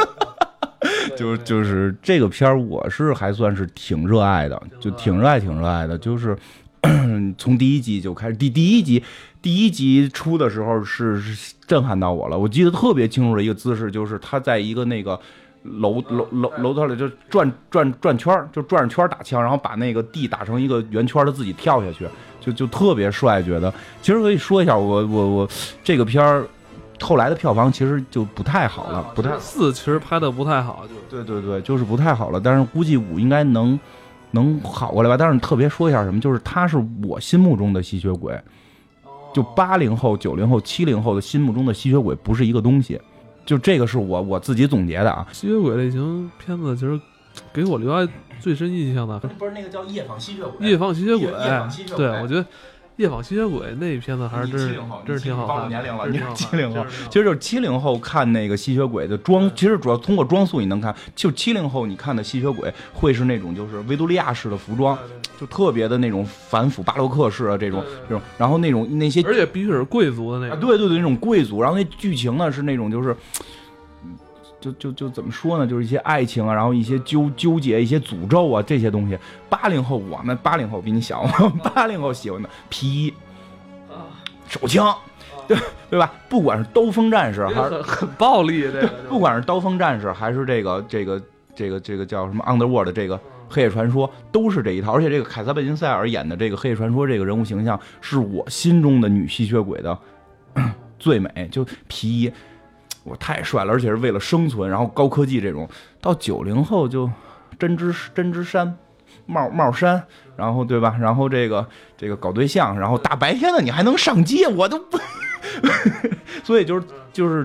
就是这个片儿，我是还算是挺热爱的，就挺热爱的，就是从第一集就开始，第一集出的时候是震撼到我了。我记得特别清楚的一个姿势，就是他在一个那个楼头里就转圈，就转着圈打枪，然后把那个地打成一个圆圈，他自己跳下去，就特别帅。觉得其实可以说一下，我这个片儿后来的票房其实就不太好了，不太 4其实拍的不太好， 对，就是不太好了。但是估计5应该能好过来吧。但是特别说一下什么，就是他是我心目中的吸血鬼。就80后、90后、70后的心目中的吸血鬼不是一个东西，就这个是我自己总结的啊。 吸血鬼类型片子其实给我留下最深印象的， 不是那个叫《夜访吸血鬼》。 夜访吸血鬼，对，我觉得夜访吸血鬼那片子还是真是挺好看。 年龄了，你是70后，其实就是70后看那个吸血鬼的装，其实主要通过装束你能看，就70后你看的吸血鬼会是那种就是维多利亚式的服装。就特别的那种反腐巴洛克式啊，这种，然后那些， 而且必须是贵族的那种， 对，那种贵族。然后那剧情呢是那种就是，就怎么说呢，就是一些爱情啊，然后一些纠结，一些诅咒啊这些东西。80后我们80后比你小，80后喜欢的皮衣手枪，对吧？不管是刀锋战士还是很暴力，这个不管是刀锋战士还是这个叫什么 Underworld 这个。黑夜传说都是这一套，而且这个凯撒·贝金赛尔演的这个黑夜传说这个人物形象是我心中的女吸血鬼的最美，就皮衣，我太帅了，而且是为了生存，然后高科技这种。到90后就针织衫、帽衫，然后对吧？然后这个搞对象，然后大白天的你还能上街，我都不，所以就是，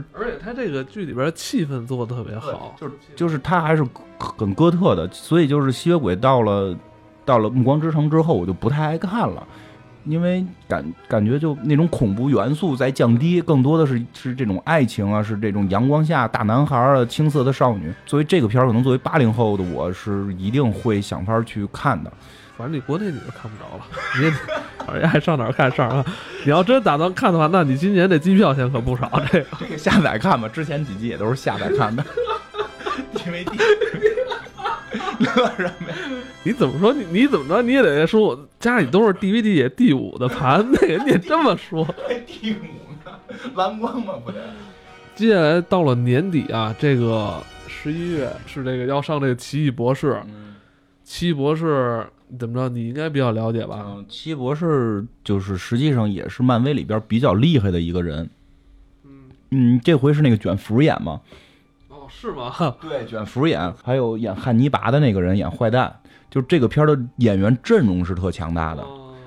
而且他这个剧里边气氛做的特别好， 就是他还是很哥特的，所以就是吸血鬼到了暮光之城之后，我就不太爱看了，因为感觉就那种恐怖元素在降低，更多的是这种爱情啊，是这种阳光下大男孩啊，青涩的少女。所以这个片儿可能作为80后的我是一定会想法去看的。 反正你国内你是看不着了，你反正还上哪儿看上啊？你要真打算看的话，那你今年这机票钱可不少。这个下载看吧，之前几集也都是下载看的。DVD 乐什么呀？ 你怎么说？你怎么着？你也得说家里都是 DVD 第5的盘，那个你也这么说。 第5呢？蓝光吗？不得。 接下来到了年底啊，这个11月是这个要上这个奇异博士。奇异博士怎么着？你应该比较了解吧？ 奇异博士就是实际上也是漫威里边比较厉害的一个人。这回是那个卷福演吗？ 哦，是吗？ 对，卷福演，还有演汉尼拔的那个人演坏蛋。就这个片的演员阵容是特强大的。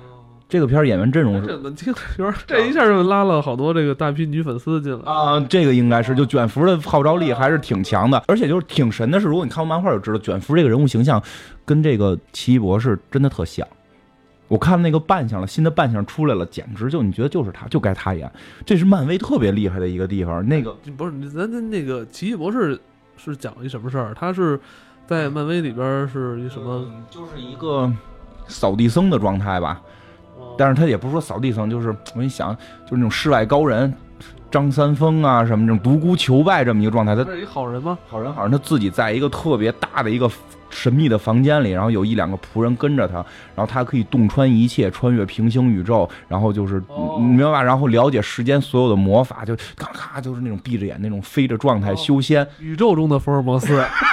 这个片儿演员阵容是这么听这一下就拉了好多这个大批女粉丝进来啊，这个应该是就卷福的号召力还是挺强的，而且就是挺神的是，如果你看过漫画就知道，卷福这个人物形象跟这个奇异博士真的特像。我看那个扮相了，新的扮相出来了，简直就你觉得就是他，就该他演。这是漫威特别厉害的一个地方。那个不是咱那个奇异博士是讲一什么事儿？他是在漫威里边是一什么？ 就是一个扫地僧的状态吧。但是他也不是说扫地僧，就是我一想，就是那种世外高人，张三丰啊什么这种独孤求败这么一个状态。他是一好人吗？ 好人，他自己在一个特别大的一个神秘的房间里，然后有1-2个仆人跟着他，然后他可以洞穿一切，穿越平行宇宙，然后就是你明白吧？然后了解世间所有的魔法，就咔咔就是那种闭着眼那种飞着状态修仙， 宇宙中的福尔摩斯。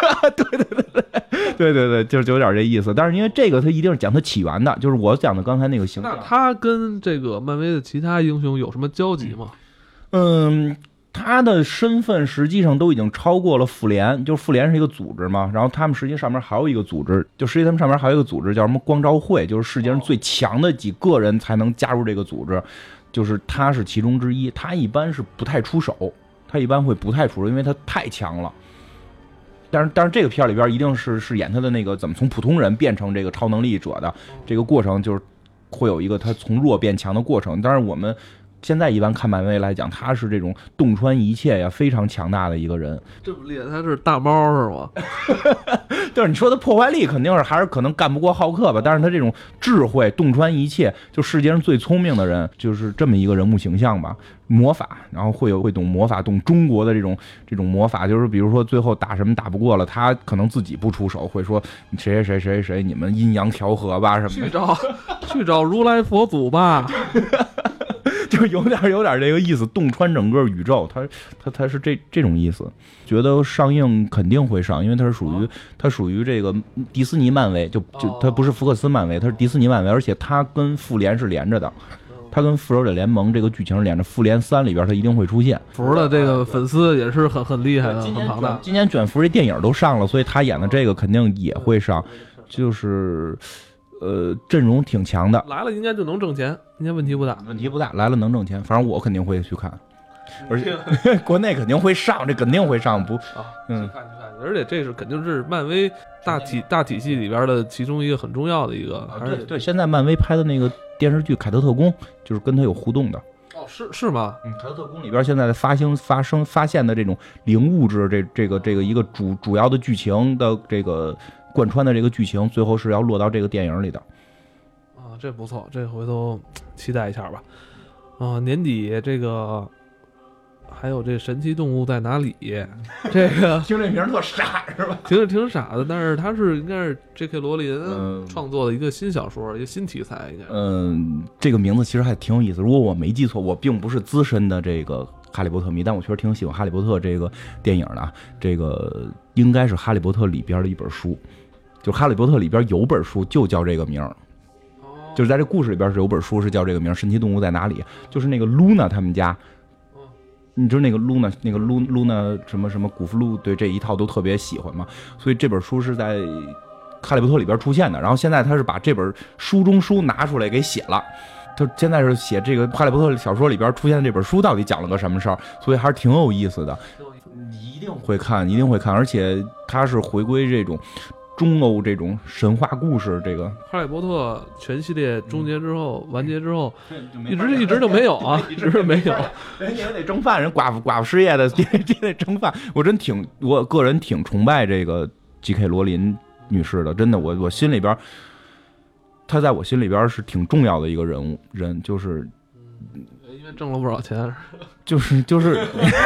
对，就是有点这意思。但是因为这个，他一定是讲他起源的，就是我讲的刚才那个形象。 那他跟这个漫威的其他英雄有什么交集吗？ 他的身份实际上都已经超过了复联，就是复联是一个组织嘛，然后他们实际上面还有一个组织，就实际他们上面还有一个组织叫什么光照会，就是世界上最强的几个人才能加入这个组织，就是他是其中之一。他一般是不太出手，因为他太强了。但是这个片里边一定是演他的那个怎么从普通人变成这个超能力者的这个过程，就是会有一个他从弱变强的过程。但是我们现在一般看漫威来讲，他是这种洞穿一切呀，非常强大的一个人。 这么厉害，他是大猫是吗？ 就是你说他破坏力肯定是还是可能干不过浩克吧，但是他这种智慧洞穿一切，就世界上最聪明的人，就是这么一个人物形象吧。魔法，然后会懂魔法，懂中国的这种魔法，就是比如说最后打什么打不过了，他可能自己不出手，会说谁，你们阴阳调和吧什么的， 去找如来佛祖吧。 就有点这个意思，洞穿整个宇宙，他是这种意思。觉得上映肯定会上，因为它属于这个迪士尼漫威，就它不是福克斯漫威，它是迪士尼漫威，而且它跟复联是连着的。他跟复仇者联盟这个剧情是连着，复联3里边他一定会出现。 福的这个粉丝也是很厉害的，很庞大。 今年卷福这电影都上了，所以他演的这个肯定也会上，就是阵容挺强的。 来了应该就能挣钱，应该问题不大。 来了能挣钱，反正我肯定会去看，而且国内肯定会上，这肯定会上不？ 去看，而且这是肯定是漫威大体系里边的其中一个很重要的一个。 对，现在漫威拍的那个电视剧《凯特特工》就是跟他有互动的。 哦，是吗？ 凯特特工里边现在发现的这种灵物质，这个一个主要的剧情的这个贯穿的这个剧情，最后是要落到这个电影里的。 啊，这不错，这回头期待一下吧。年底这个。还有这神奇动物在哪里？这个听这名特傻是吧？ 挺傻的，但是它应该是 J.K. 罗琳创作的一个新小说，一个新题材应该。 这个名字其实还挺有意思。如果我没记错，我并不是资深的这个哈利波特迷，但我确实挺喜欢哈利波特这个电影的。这个应该是哈利波特里边的一本书，就是哈利波特里边有本书就叫这个名儿。就是在这故事里边是有本书是叫这个名儿，神奇动物在哪里？就是那个露娜他们家。你知道那个露娜什么古弗路对这一套都特别喜欢嘛，所以这本书是在哈利波特里边出现的，然后现在他是把这本书中书拿出来给写了，就现在是写这个哈利波特小说里边出现的这本书到底讲了个什么事儿，所以还是挺有意思的，你一定会看，而且它是回归这种中欧这种神话故事，这个哈利波特全系列终结之后，完结之后，一直就没有啊，一直没有。 人家得蒸饭，人寡妇失业的得蒸饭。我个人挺崇拜这个 J.K. 罗琳女士的，真的，我心里边，她在我心里边是挺重要的一个人，就是， 因为挣了不少钱， 就是。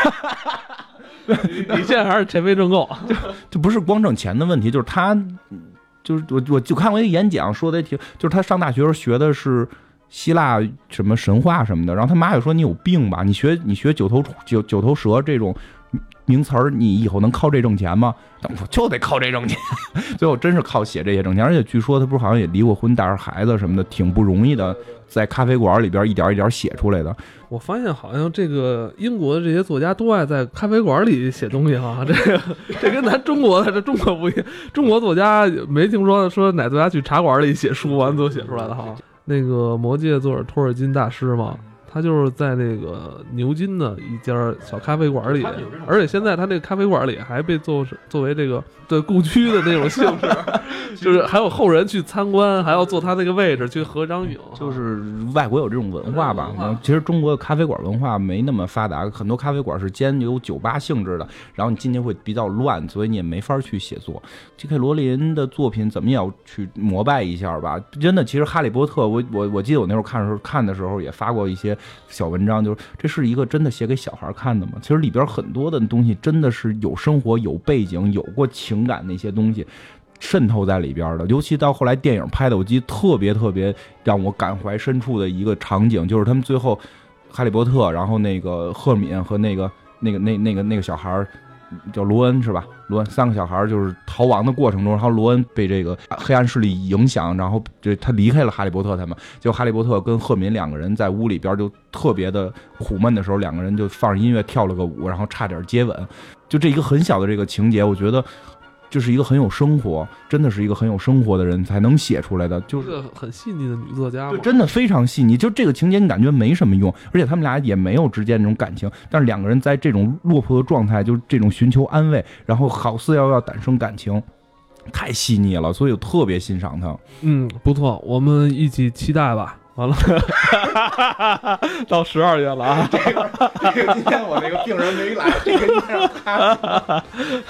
你现在还是钱没挣够， 就不是光挣钱的问题，就是他，就是我就看过一个演讲，说的挺，就是他上大学时候学的是希腊什么神话什么的，然后他妈也说你有病吧，你学九头蛇这种名词儿，你以后能靠这挣钱吗？我说就得靠这挣钱，最后真是靠写这些挣钱，而且据说他不是好像也离过婚，带着孩子什么的，挺不容易的，在咖啡馆里边一点一点写出来的。 我发现好像这个英国的这些作家都爱在咖啡馆里写东西哈，这跟咱中国不一样，中国作家没听说哪作家去茶馆里写书完都写出来的哈。 那个魔戒作者托尔金大师嘛，他就是在那个牛津的一家小咖啡馆里，而且现在他那个咖啡馆里还被作为这个对故居的那种性质，就是还有后人去参观，还要坐他那个位置去合张影。 就是外国有这种文化吧，其实中国的咖啡馆文化没那么发达，很多咖啡馆是兼有酒吧性质的，然后你进去会比较乱，所以你也没法去写作。J.K. 罗琳的作品怎么也要去膜拜一下吧，真的。其实哈利波特，我记得我那时候看的时候也发过一些小文章，就是这是一个真的写给小孩看的吗？其实里边很多的东西真的是有生活、有背景、有过情感那些东西渗透在里边的。尤其到后来电影拍的，我记得特别让我感怀深处的一个场景，就是他们最后哈利波特，然后那个赫敏和那个小孩叫罗恩是吧？罗恩3个小孩就是逃亡的过程中，然后罗恩被这个黑暗势力影响，然后他离开了哈利波特他们。就哈利波特跟赫敏2个人在屋里边就特别的苦闷的时候，2个人就放着音乐跳了个舞，然后差点接吻。就这一个很小的这个情节，我觉得就是一个很有生活，真的是一个很有生活的人才能写出来的，就是很细腻的女作家， 对，真的非常细腻。就这个情节，你感觉没什么用，而且他们俩也没有之间那种感情，但是2个人在这种落魄的状态，就是这种寻求安慰，然后好似要诞生感情，太细腻了，所以我特别欣赏他。 不错，我们一起期待吧。完了，到12月了啊！ 这个今天我那个病人没来，这个一定让他。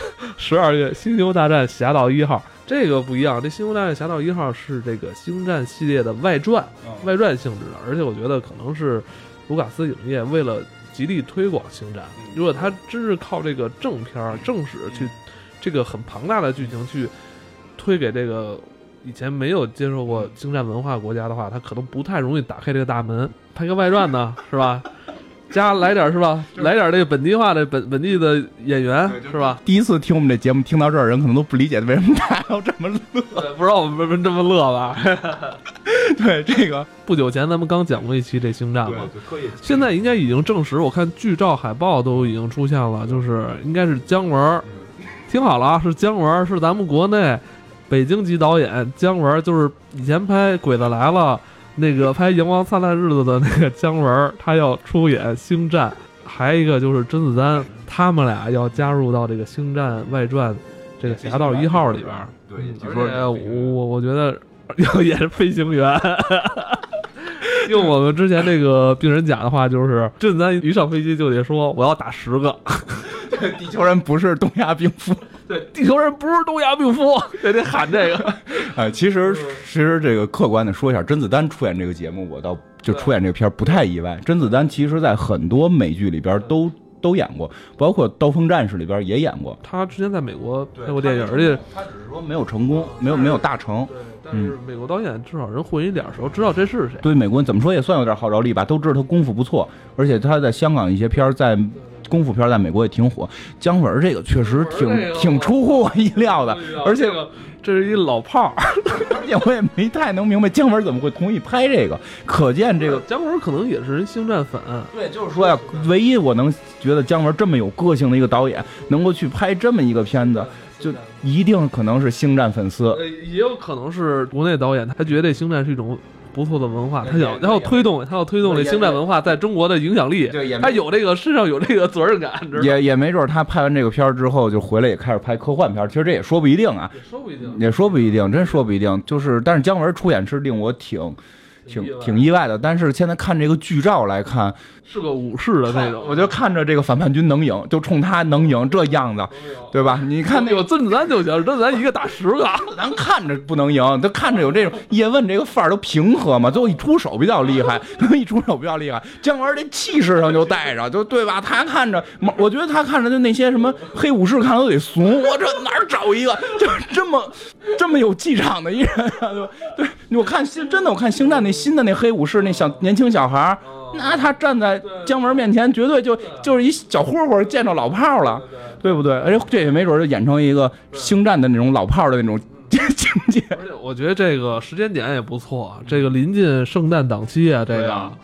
12月《星球大战：侠盗1号》这个不一样，这《星球大战：侠盗1号》是这个星战系列的外传性质的，而且我觉得可能是卢卡斯影业为了极力推广星战，如果他真是靠这个正史去这个很庞大的剧情去推给这个以前没有接受过星战文化国家的话，他可能不太容易打开这个大门。拍个外传呢，是吧？来点是吧？来点这个本地化的本地的演员，是吧？ 第一次听我们这节目，听到这儿人可能都不理解为什么大家要这么乐， 不知道我们为什么这么乐吧？ 对，这个不久前咱们刚讲过一期这星战嘛，现在应该已经证实，我看剧照海报都已经出现了，就是应该是姜文，听好了啊，是姜文，是咱们国内北京籍导演姜文，就是以前拍《鬼子来了》那个拍《阳光灿烂日子》的那个姜文，他要出演《星战》，还有一个就是甄子丹，他们俩要加入到这个《星战外传》这个《侠盗1号》里边。 对， 而且我觉得要演飞行员。用我们之前这个病人讲的话，就是甄子丹一上飞机就得说我要打10个。 地球人不是东亚病夫， 对，地球人不是东亚病夫，得喊这个。 其实这个客观的说一下，甄子丹出演这个节目，我倒就出演这个片不太意外。甄子丹其实在很多美剧里边都演过，包括《刀锋战士》里边也演过。 他之前在美国拍过电影，而且他只是说没有成功，没有大成。 对，但是美国导演至少人混一点时候知道这是谁。 对美国人怎么说也算有点号召力吧，都知道他功夫不错，而且他在香港一些片在功夫片在美国也挺火。姜文这个确实挺出乎我意料的，而且这是一老炮儿， 而且我也没太能明白姜文怎么会同意拍这个，可见这个姜文可能也是人星战粉。 对，就是说呀，唯一我能觉得姜文这么有个性的一个导演，能够去拍这么一个片子，就一定可能是星战粉丝， 也有可能是国内导演，他觉得星战是一种不错的文化，他要推动这星战文化在中国的影响力，他有这个身上有这个责任感， 也没准他拍完这个片之后就回来也开始拍科幻片，其实这也说不一定啊， 也说不一定，真说不一定。就是但是姜文出演是令我挺意外的，但是现在看这个剧照来看， 是个武士的那种， 我就看着这个反叛军能赢，就冲他能赢这样子，对吧？你看那个甄子丹就行，甄子丹一个打10个， 咱看着不能赢，他看着有这种叶问这个范儿都平和嘛，最后一出手比较厉害，姜文这气势上就带着，就对吧？他看着，我觉得他看着就那些什么黑武士看都得怂，我这哪儿找一个就是这么有气场的一人啊？对，我看星战那新的那黑武士那年轻小孩，那他站在姜文面前，绝对就是一小混混见着老炮了，对不对？而且这也没准就演成一个星战的那种老炮的那种情节。 而且我觉得这个时间点也不错，这个临近圣诞档期啊，这个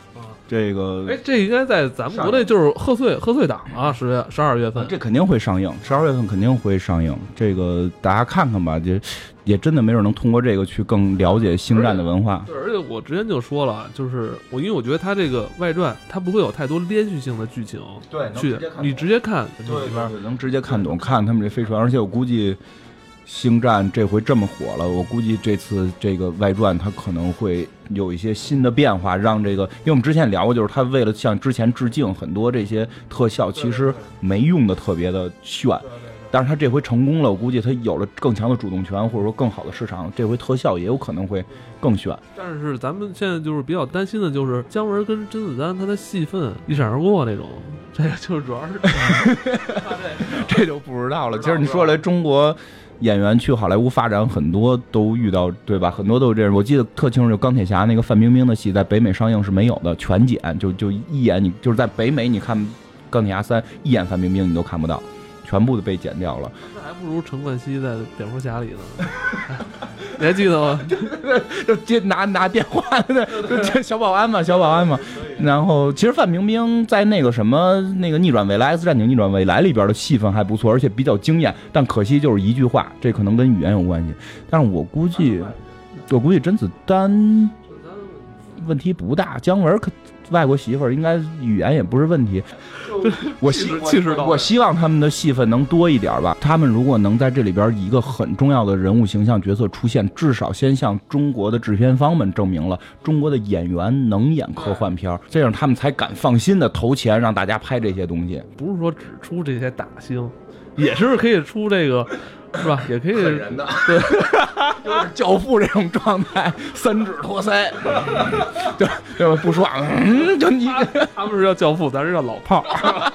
这个这应该在咱们国内就是贺岁档啊，12月份， 这肯定会上映，12月份肯定会上映。这个大家看看吧，也真的没准能通过这个去更了解星战的文化。 对，而且我之前就说了，就是因为我觉得它这个外传它不会有太多连续性的剧情， 对， 你直接看， 对，能直接看懂，看他们这飞船，而且我估计。星战这回这么火了，我估计这次这个外传它可能会有一些新的变化，让这个，因为我们之前聊过，就是它为了向之前致敬，很多这些特效其实没用的特别的炫，但是它这回成功了，我估计它有了更强的主动权，或者说更好的市场，这回特效也有可能会更炫。 但是咱们现在就是比较担心的就是姜文跟甄子丹他的戏份一闪而过那种，这个就是主要是这就不知道了。其实你说来中国。演员去好莱坞发展很多都遇到，对吧？很多都是这样。我记得特清楚，就钢铁侠那个范冰冰的戏在北美上映是没有的，全剪，就一眼你就是在北美你看钢铁侠3一眼范冰冰你都看不到，全部都被剪掉了。 那还不如陈冠希在蝙蝠侠里呢。你还记得吗？ 就接拿电话的小保安嘛。然后其实范冰冰在那个什么那个逆转未来 X 战警逆转未来里边的戏份还不错，而且比较惊艳，但可惜就是一句话，这可能跟语言有关系。但是我估计甄子丹问题不大，姜文外国媳妇儿应该语言也不是问题。我希望他们的戏份能多一点吧。他们如果能在这里边一个很重要的人物形象角色出现，至少先向中国的制片方们证明了中国的演员能演科幻片，这样他们才敢放心的投钱让大家拍这些东西。 不是说只出这些大星，也是可以出这个。是吧？也可以人的，对，就是教父这种状态，三指托腮，对吧？不爽，就你他们是叫教父，咱是叫老炮儿。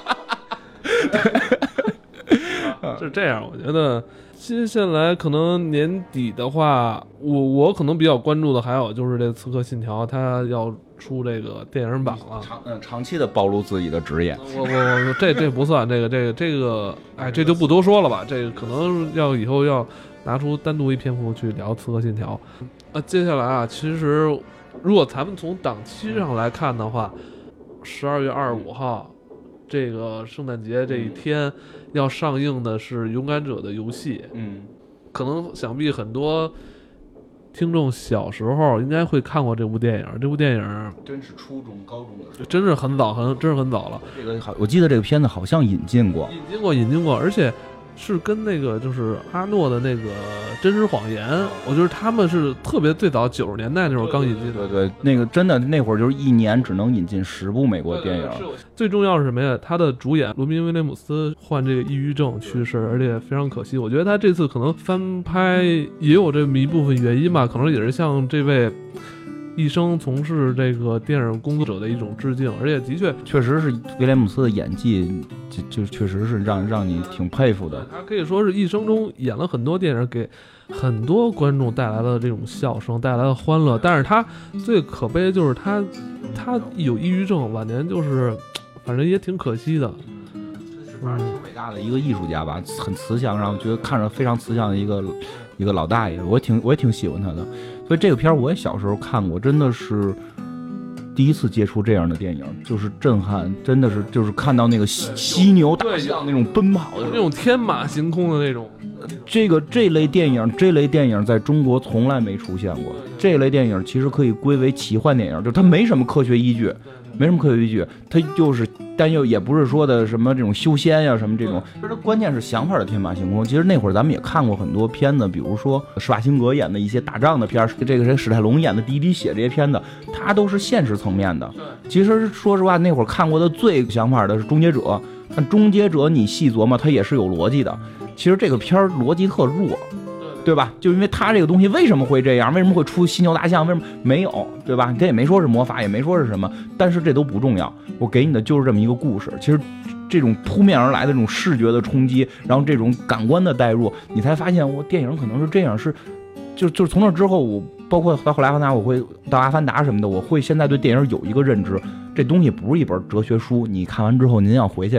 是这样，我觉得接下来可能年底的话，我可能比较关注的还有就是这《刺客信条》，它要出这个电影版了， 长期的暴露自己的职业。 我这不算，这个，哎，这就不多说了吧。这个可能要以后要拿出单独一篇幅去聊《刺客信条》。接下来啊，其实如果咱们从档期上来看的话，12月25号这个圣诞节这一天要上映的是《勇敢者的游戏》。可能想必很多听众小时候应该会看过这部电影，这部电影真是初中、高中的时候， 真是很早，真是很早了。 这个好，我记得这个片子好像引进过， 而且是跟那个就是阿诺的那个真实谎言，我觉得他们是特别最早90年代那会儿刚引进的。 对，那个真的那会儿就是一年只能引进10部美国电影。 最重要是什么呀？他的主演罗宾威廉姆斯患这个抑郁症去世，而且非常可惜。我觉得他这次可能翻拍也有这么一部分原因吧，可能也是向这位一生从事这个电影工作者的一种致敬，而且的确实是威廉姆斯的演技就确实是让你挺佩服的。 他可以说是一生中演了很多电影，给很多观众带来了这种笑声，带来了欢乐。但是他最可悲的就是他有抑郁症，晚年就是反正也挺可惜的。 挺伟大的一个艺术家吧，很慈祥，然后觉得看着非常慈祥的一个老大爷，我也挺喜欢他的。所以这个片我也小时候看过，真的是第一次接触这样的电影，就是震撼，真的是就是看到那个犀牛大象那种奔跑的那种天马行空的那种。 这类电影在中国从来没出现过。这类电影其实可以归为奇幻电影，就它没什么科学依据。它就是但又也不是说的什么这种修仙呀什么这种，其实关键是想法的天马行空。其实那会儿咱们也看过很多片子，比如说施瓦辛格演的一些打仗的片，这个史泰龙演的《第一滴血》这些片子，它都是现实层面的。其实说实话，那会儿看过的最想法的是《终结者》，但《终结者》你细琢磨，它也是有逻辑的。其实这个片逻辑特弱。对吧？就因为他这个东西为什么会这样？为什么会出犀牛大象？为什么没有？对吧？他也没说是魔法，也没说是什么，但是这都不重要。我给你的就是这么一个故事。其实这种扑面而来的这种视觉的冲击，然后这种感官的带入，你才发现我电影可能是这样，就是从那之后，我包括到后来我会到阿凡达什么的，我会现在对电影有一个认知，这东西不是一本哲学书，你看完之后您要回去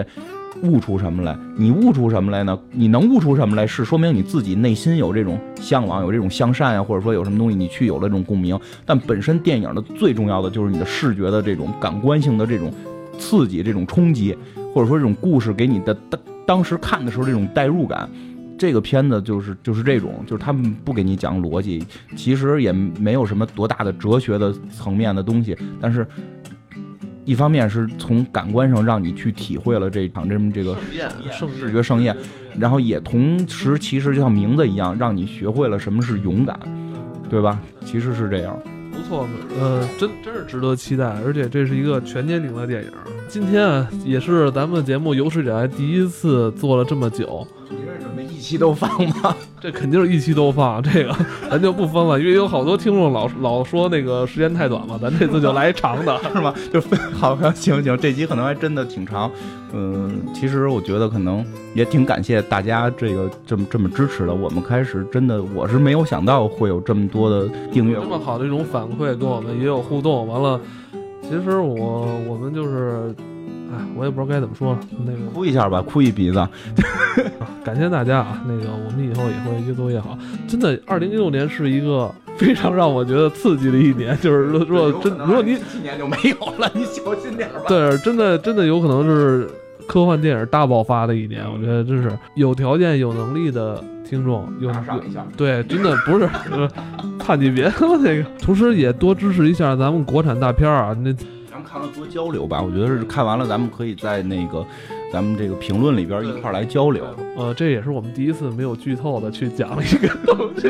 悟出什么来？你悟出什么来呢？你能悟出什么来，是说明你自己内心有这种向往，有这种向善呀，或者说有什么东西你去有了这种共鸣。但本身电影的最重要的就是你的视觉的这种感官性的这种刺激、这种冲击，或者说这种故事给你的当时看的时候这种代入感。这个片子就是这种，就是他们不给你讲逻辑，其实也没有什么多大的哲学的层面的东西，但是一方面是从感官上让你去体会了这场这个视觉盛宴，然后也同时其实就像名字一样，让你学会了什么是勇敢，对吧？其实是这样。 不错，真是值得期待，而且这是一个全年龄的电影。今天啊，也是咱们节目有史以来第一次做了这么久。 你这准备一期都放吗？ 这肯定是一期都放，这个咱就不分了，因为有好多听众老说那个时间太短嘛，咱这次就来一长的， 是吗？就分好，行，这集可能还真的挺长。其实我觉得可能也挺感谢大家这个这么支持的。我们开始真的我是没有想到会有这么多的订阅， 这么好的一种反馈，跟我们也有互动。完了，其实我们就是。我也不知道该怎么说了，那个哭一下吧，哭一鼻子。 感谢大家啊，那个我们以后也会越做越好。真的，2016年是一个非常让我觉得刺激的一年，就是如果你 7年就没有了，你小心点吧。 对，真的有可能是科幻电影大爆发的一年。我觉得真是有条件有能力的听众对，真的不是看你别那个，同时也多支持一下咱们国产大片啊，那。 咱们看了多交流吧，我觉得是看完了，咱们可以在那个咱们这个评论里边一块来交流。 这也是我们第一次没有剧透的去讲一个东西。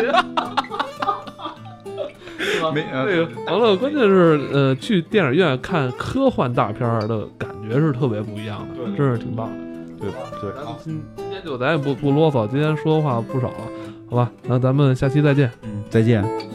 没那个完了，关键是去电影院看科幻大片的感觉是特别不一样的，真是挺棒的。对，今天就咱也不啰嗦，今天说的话不少了，好吧？那咱们下期再见。 再见。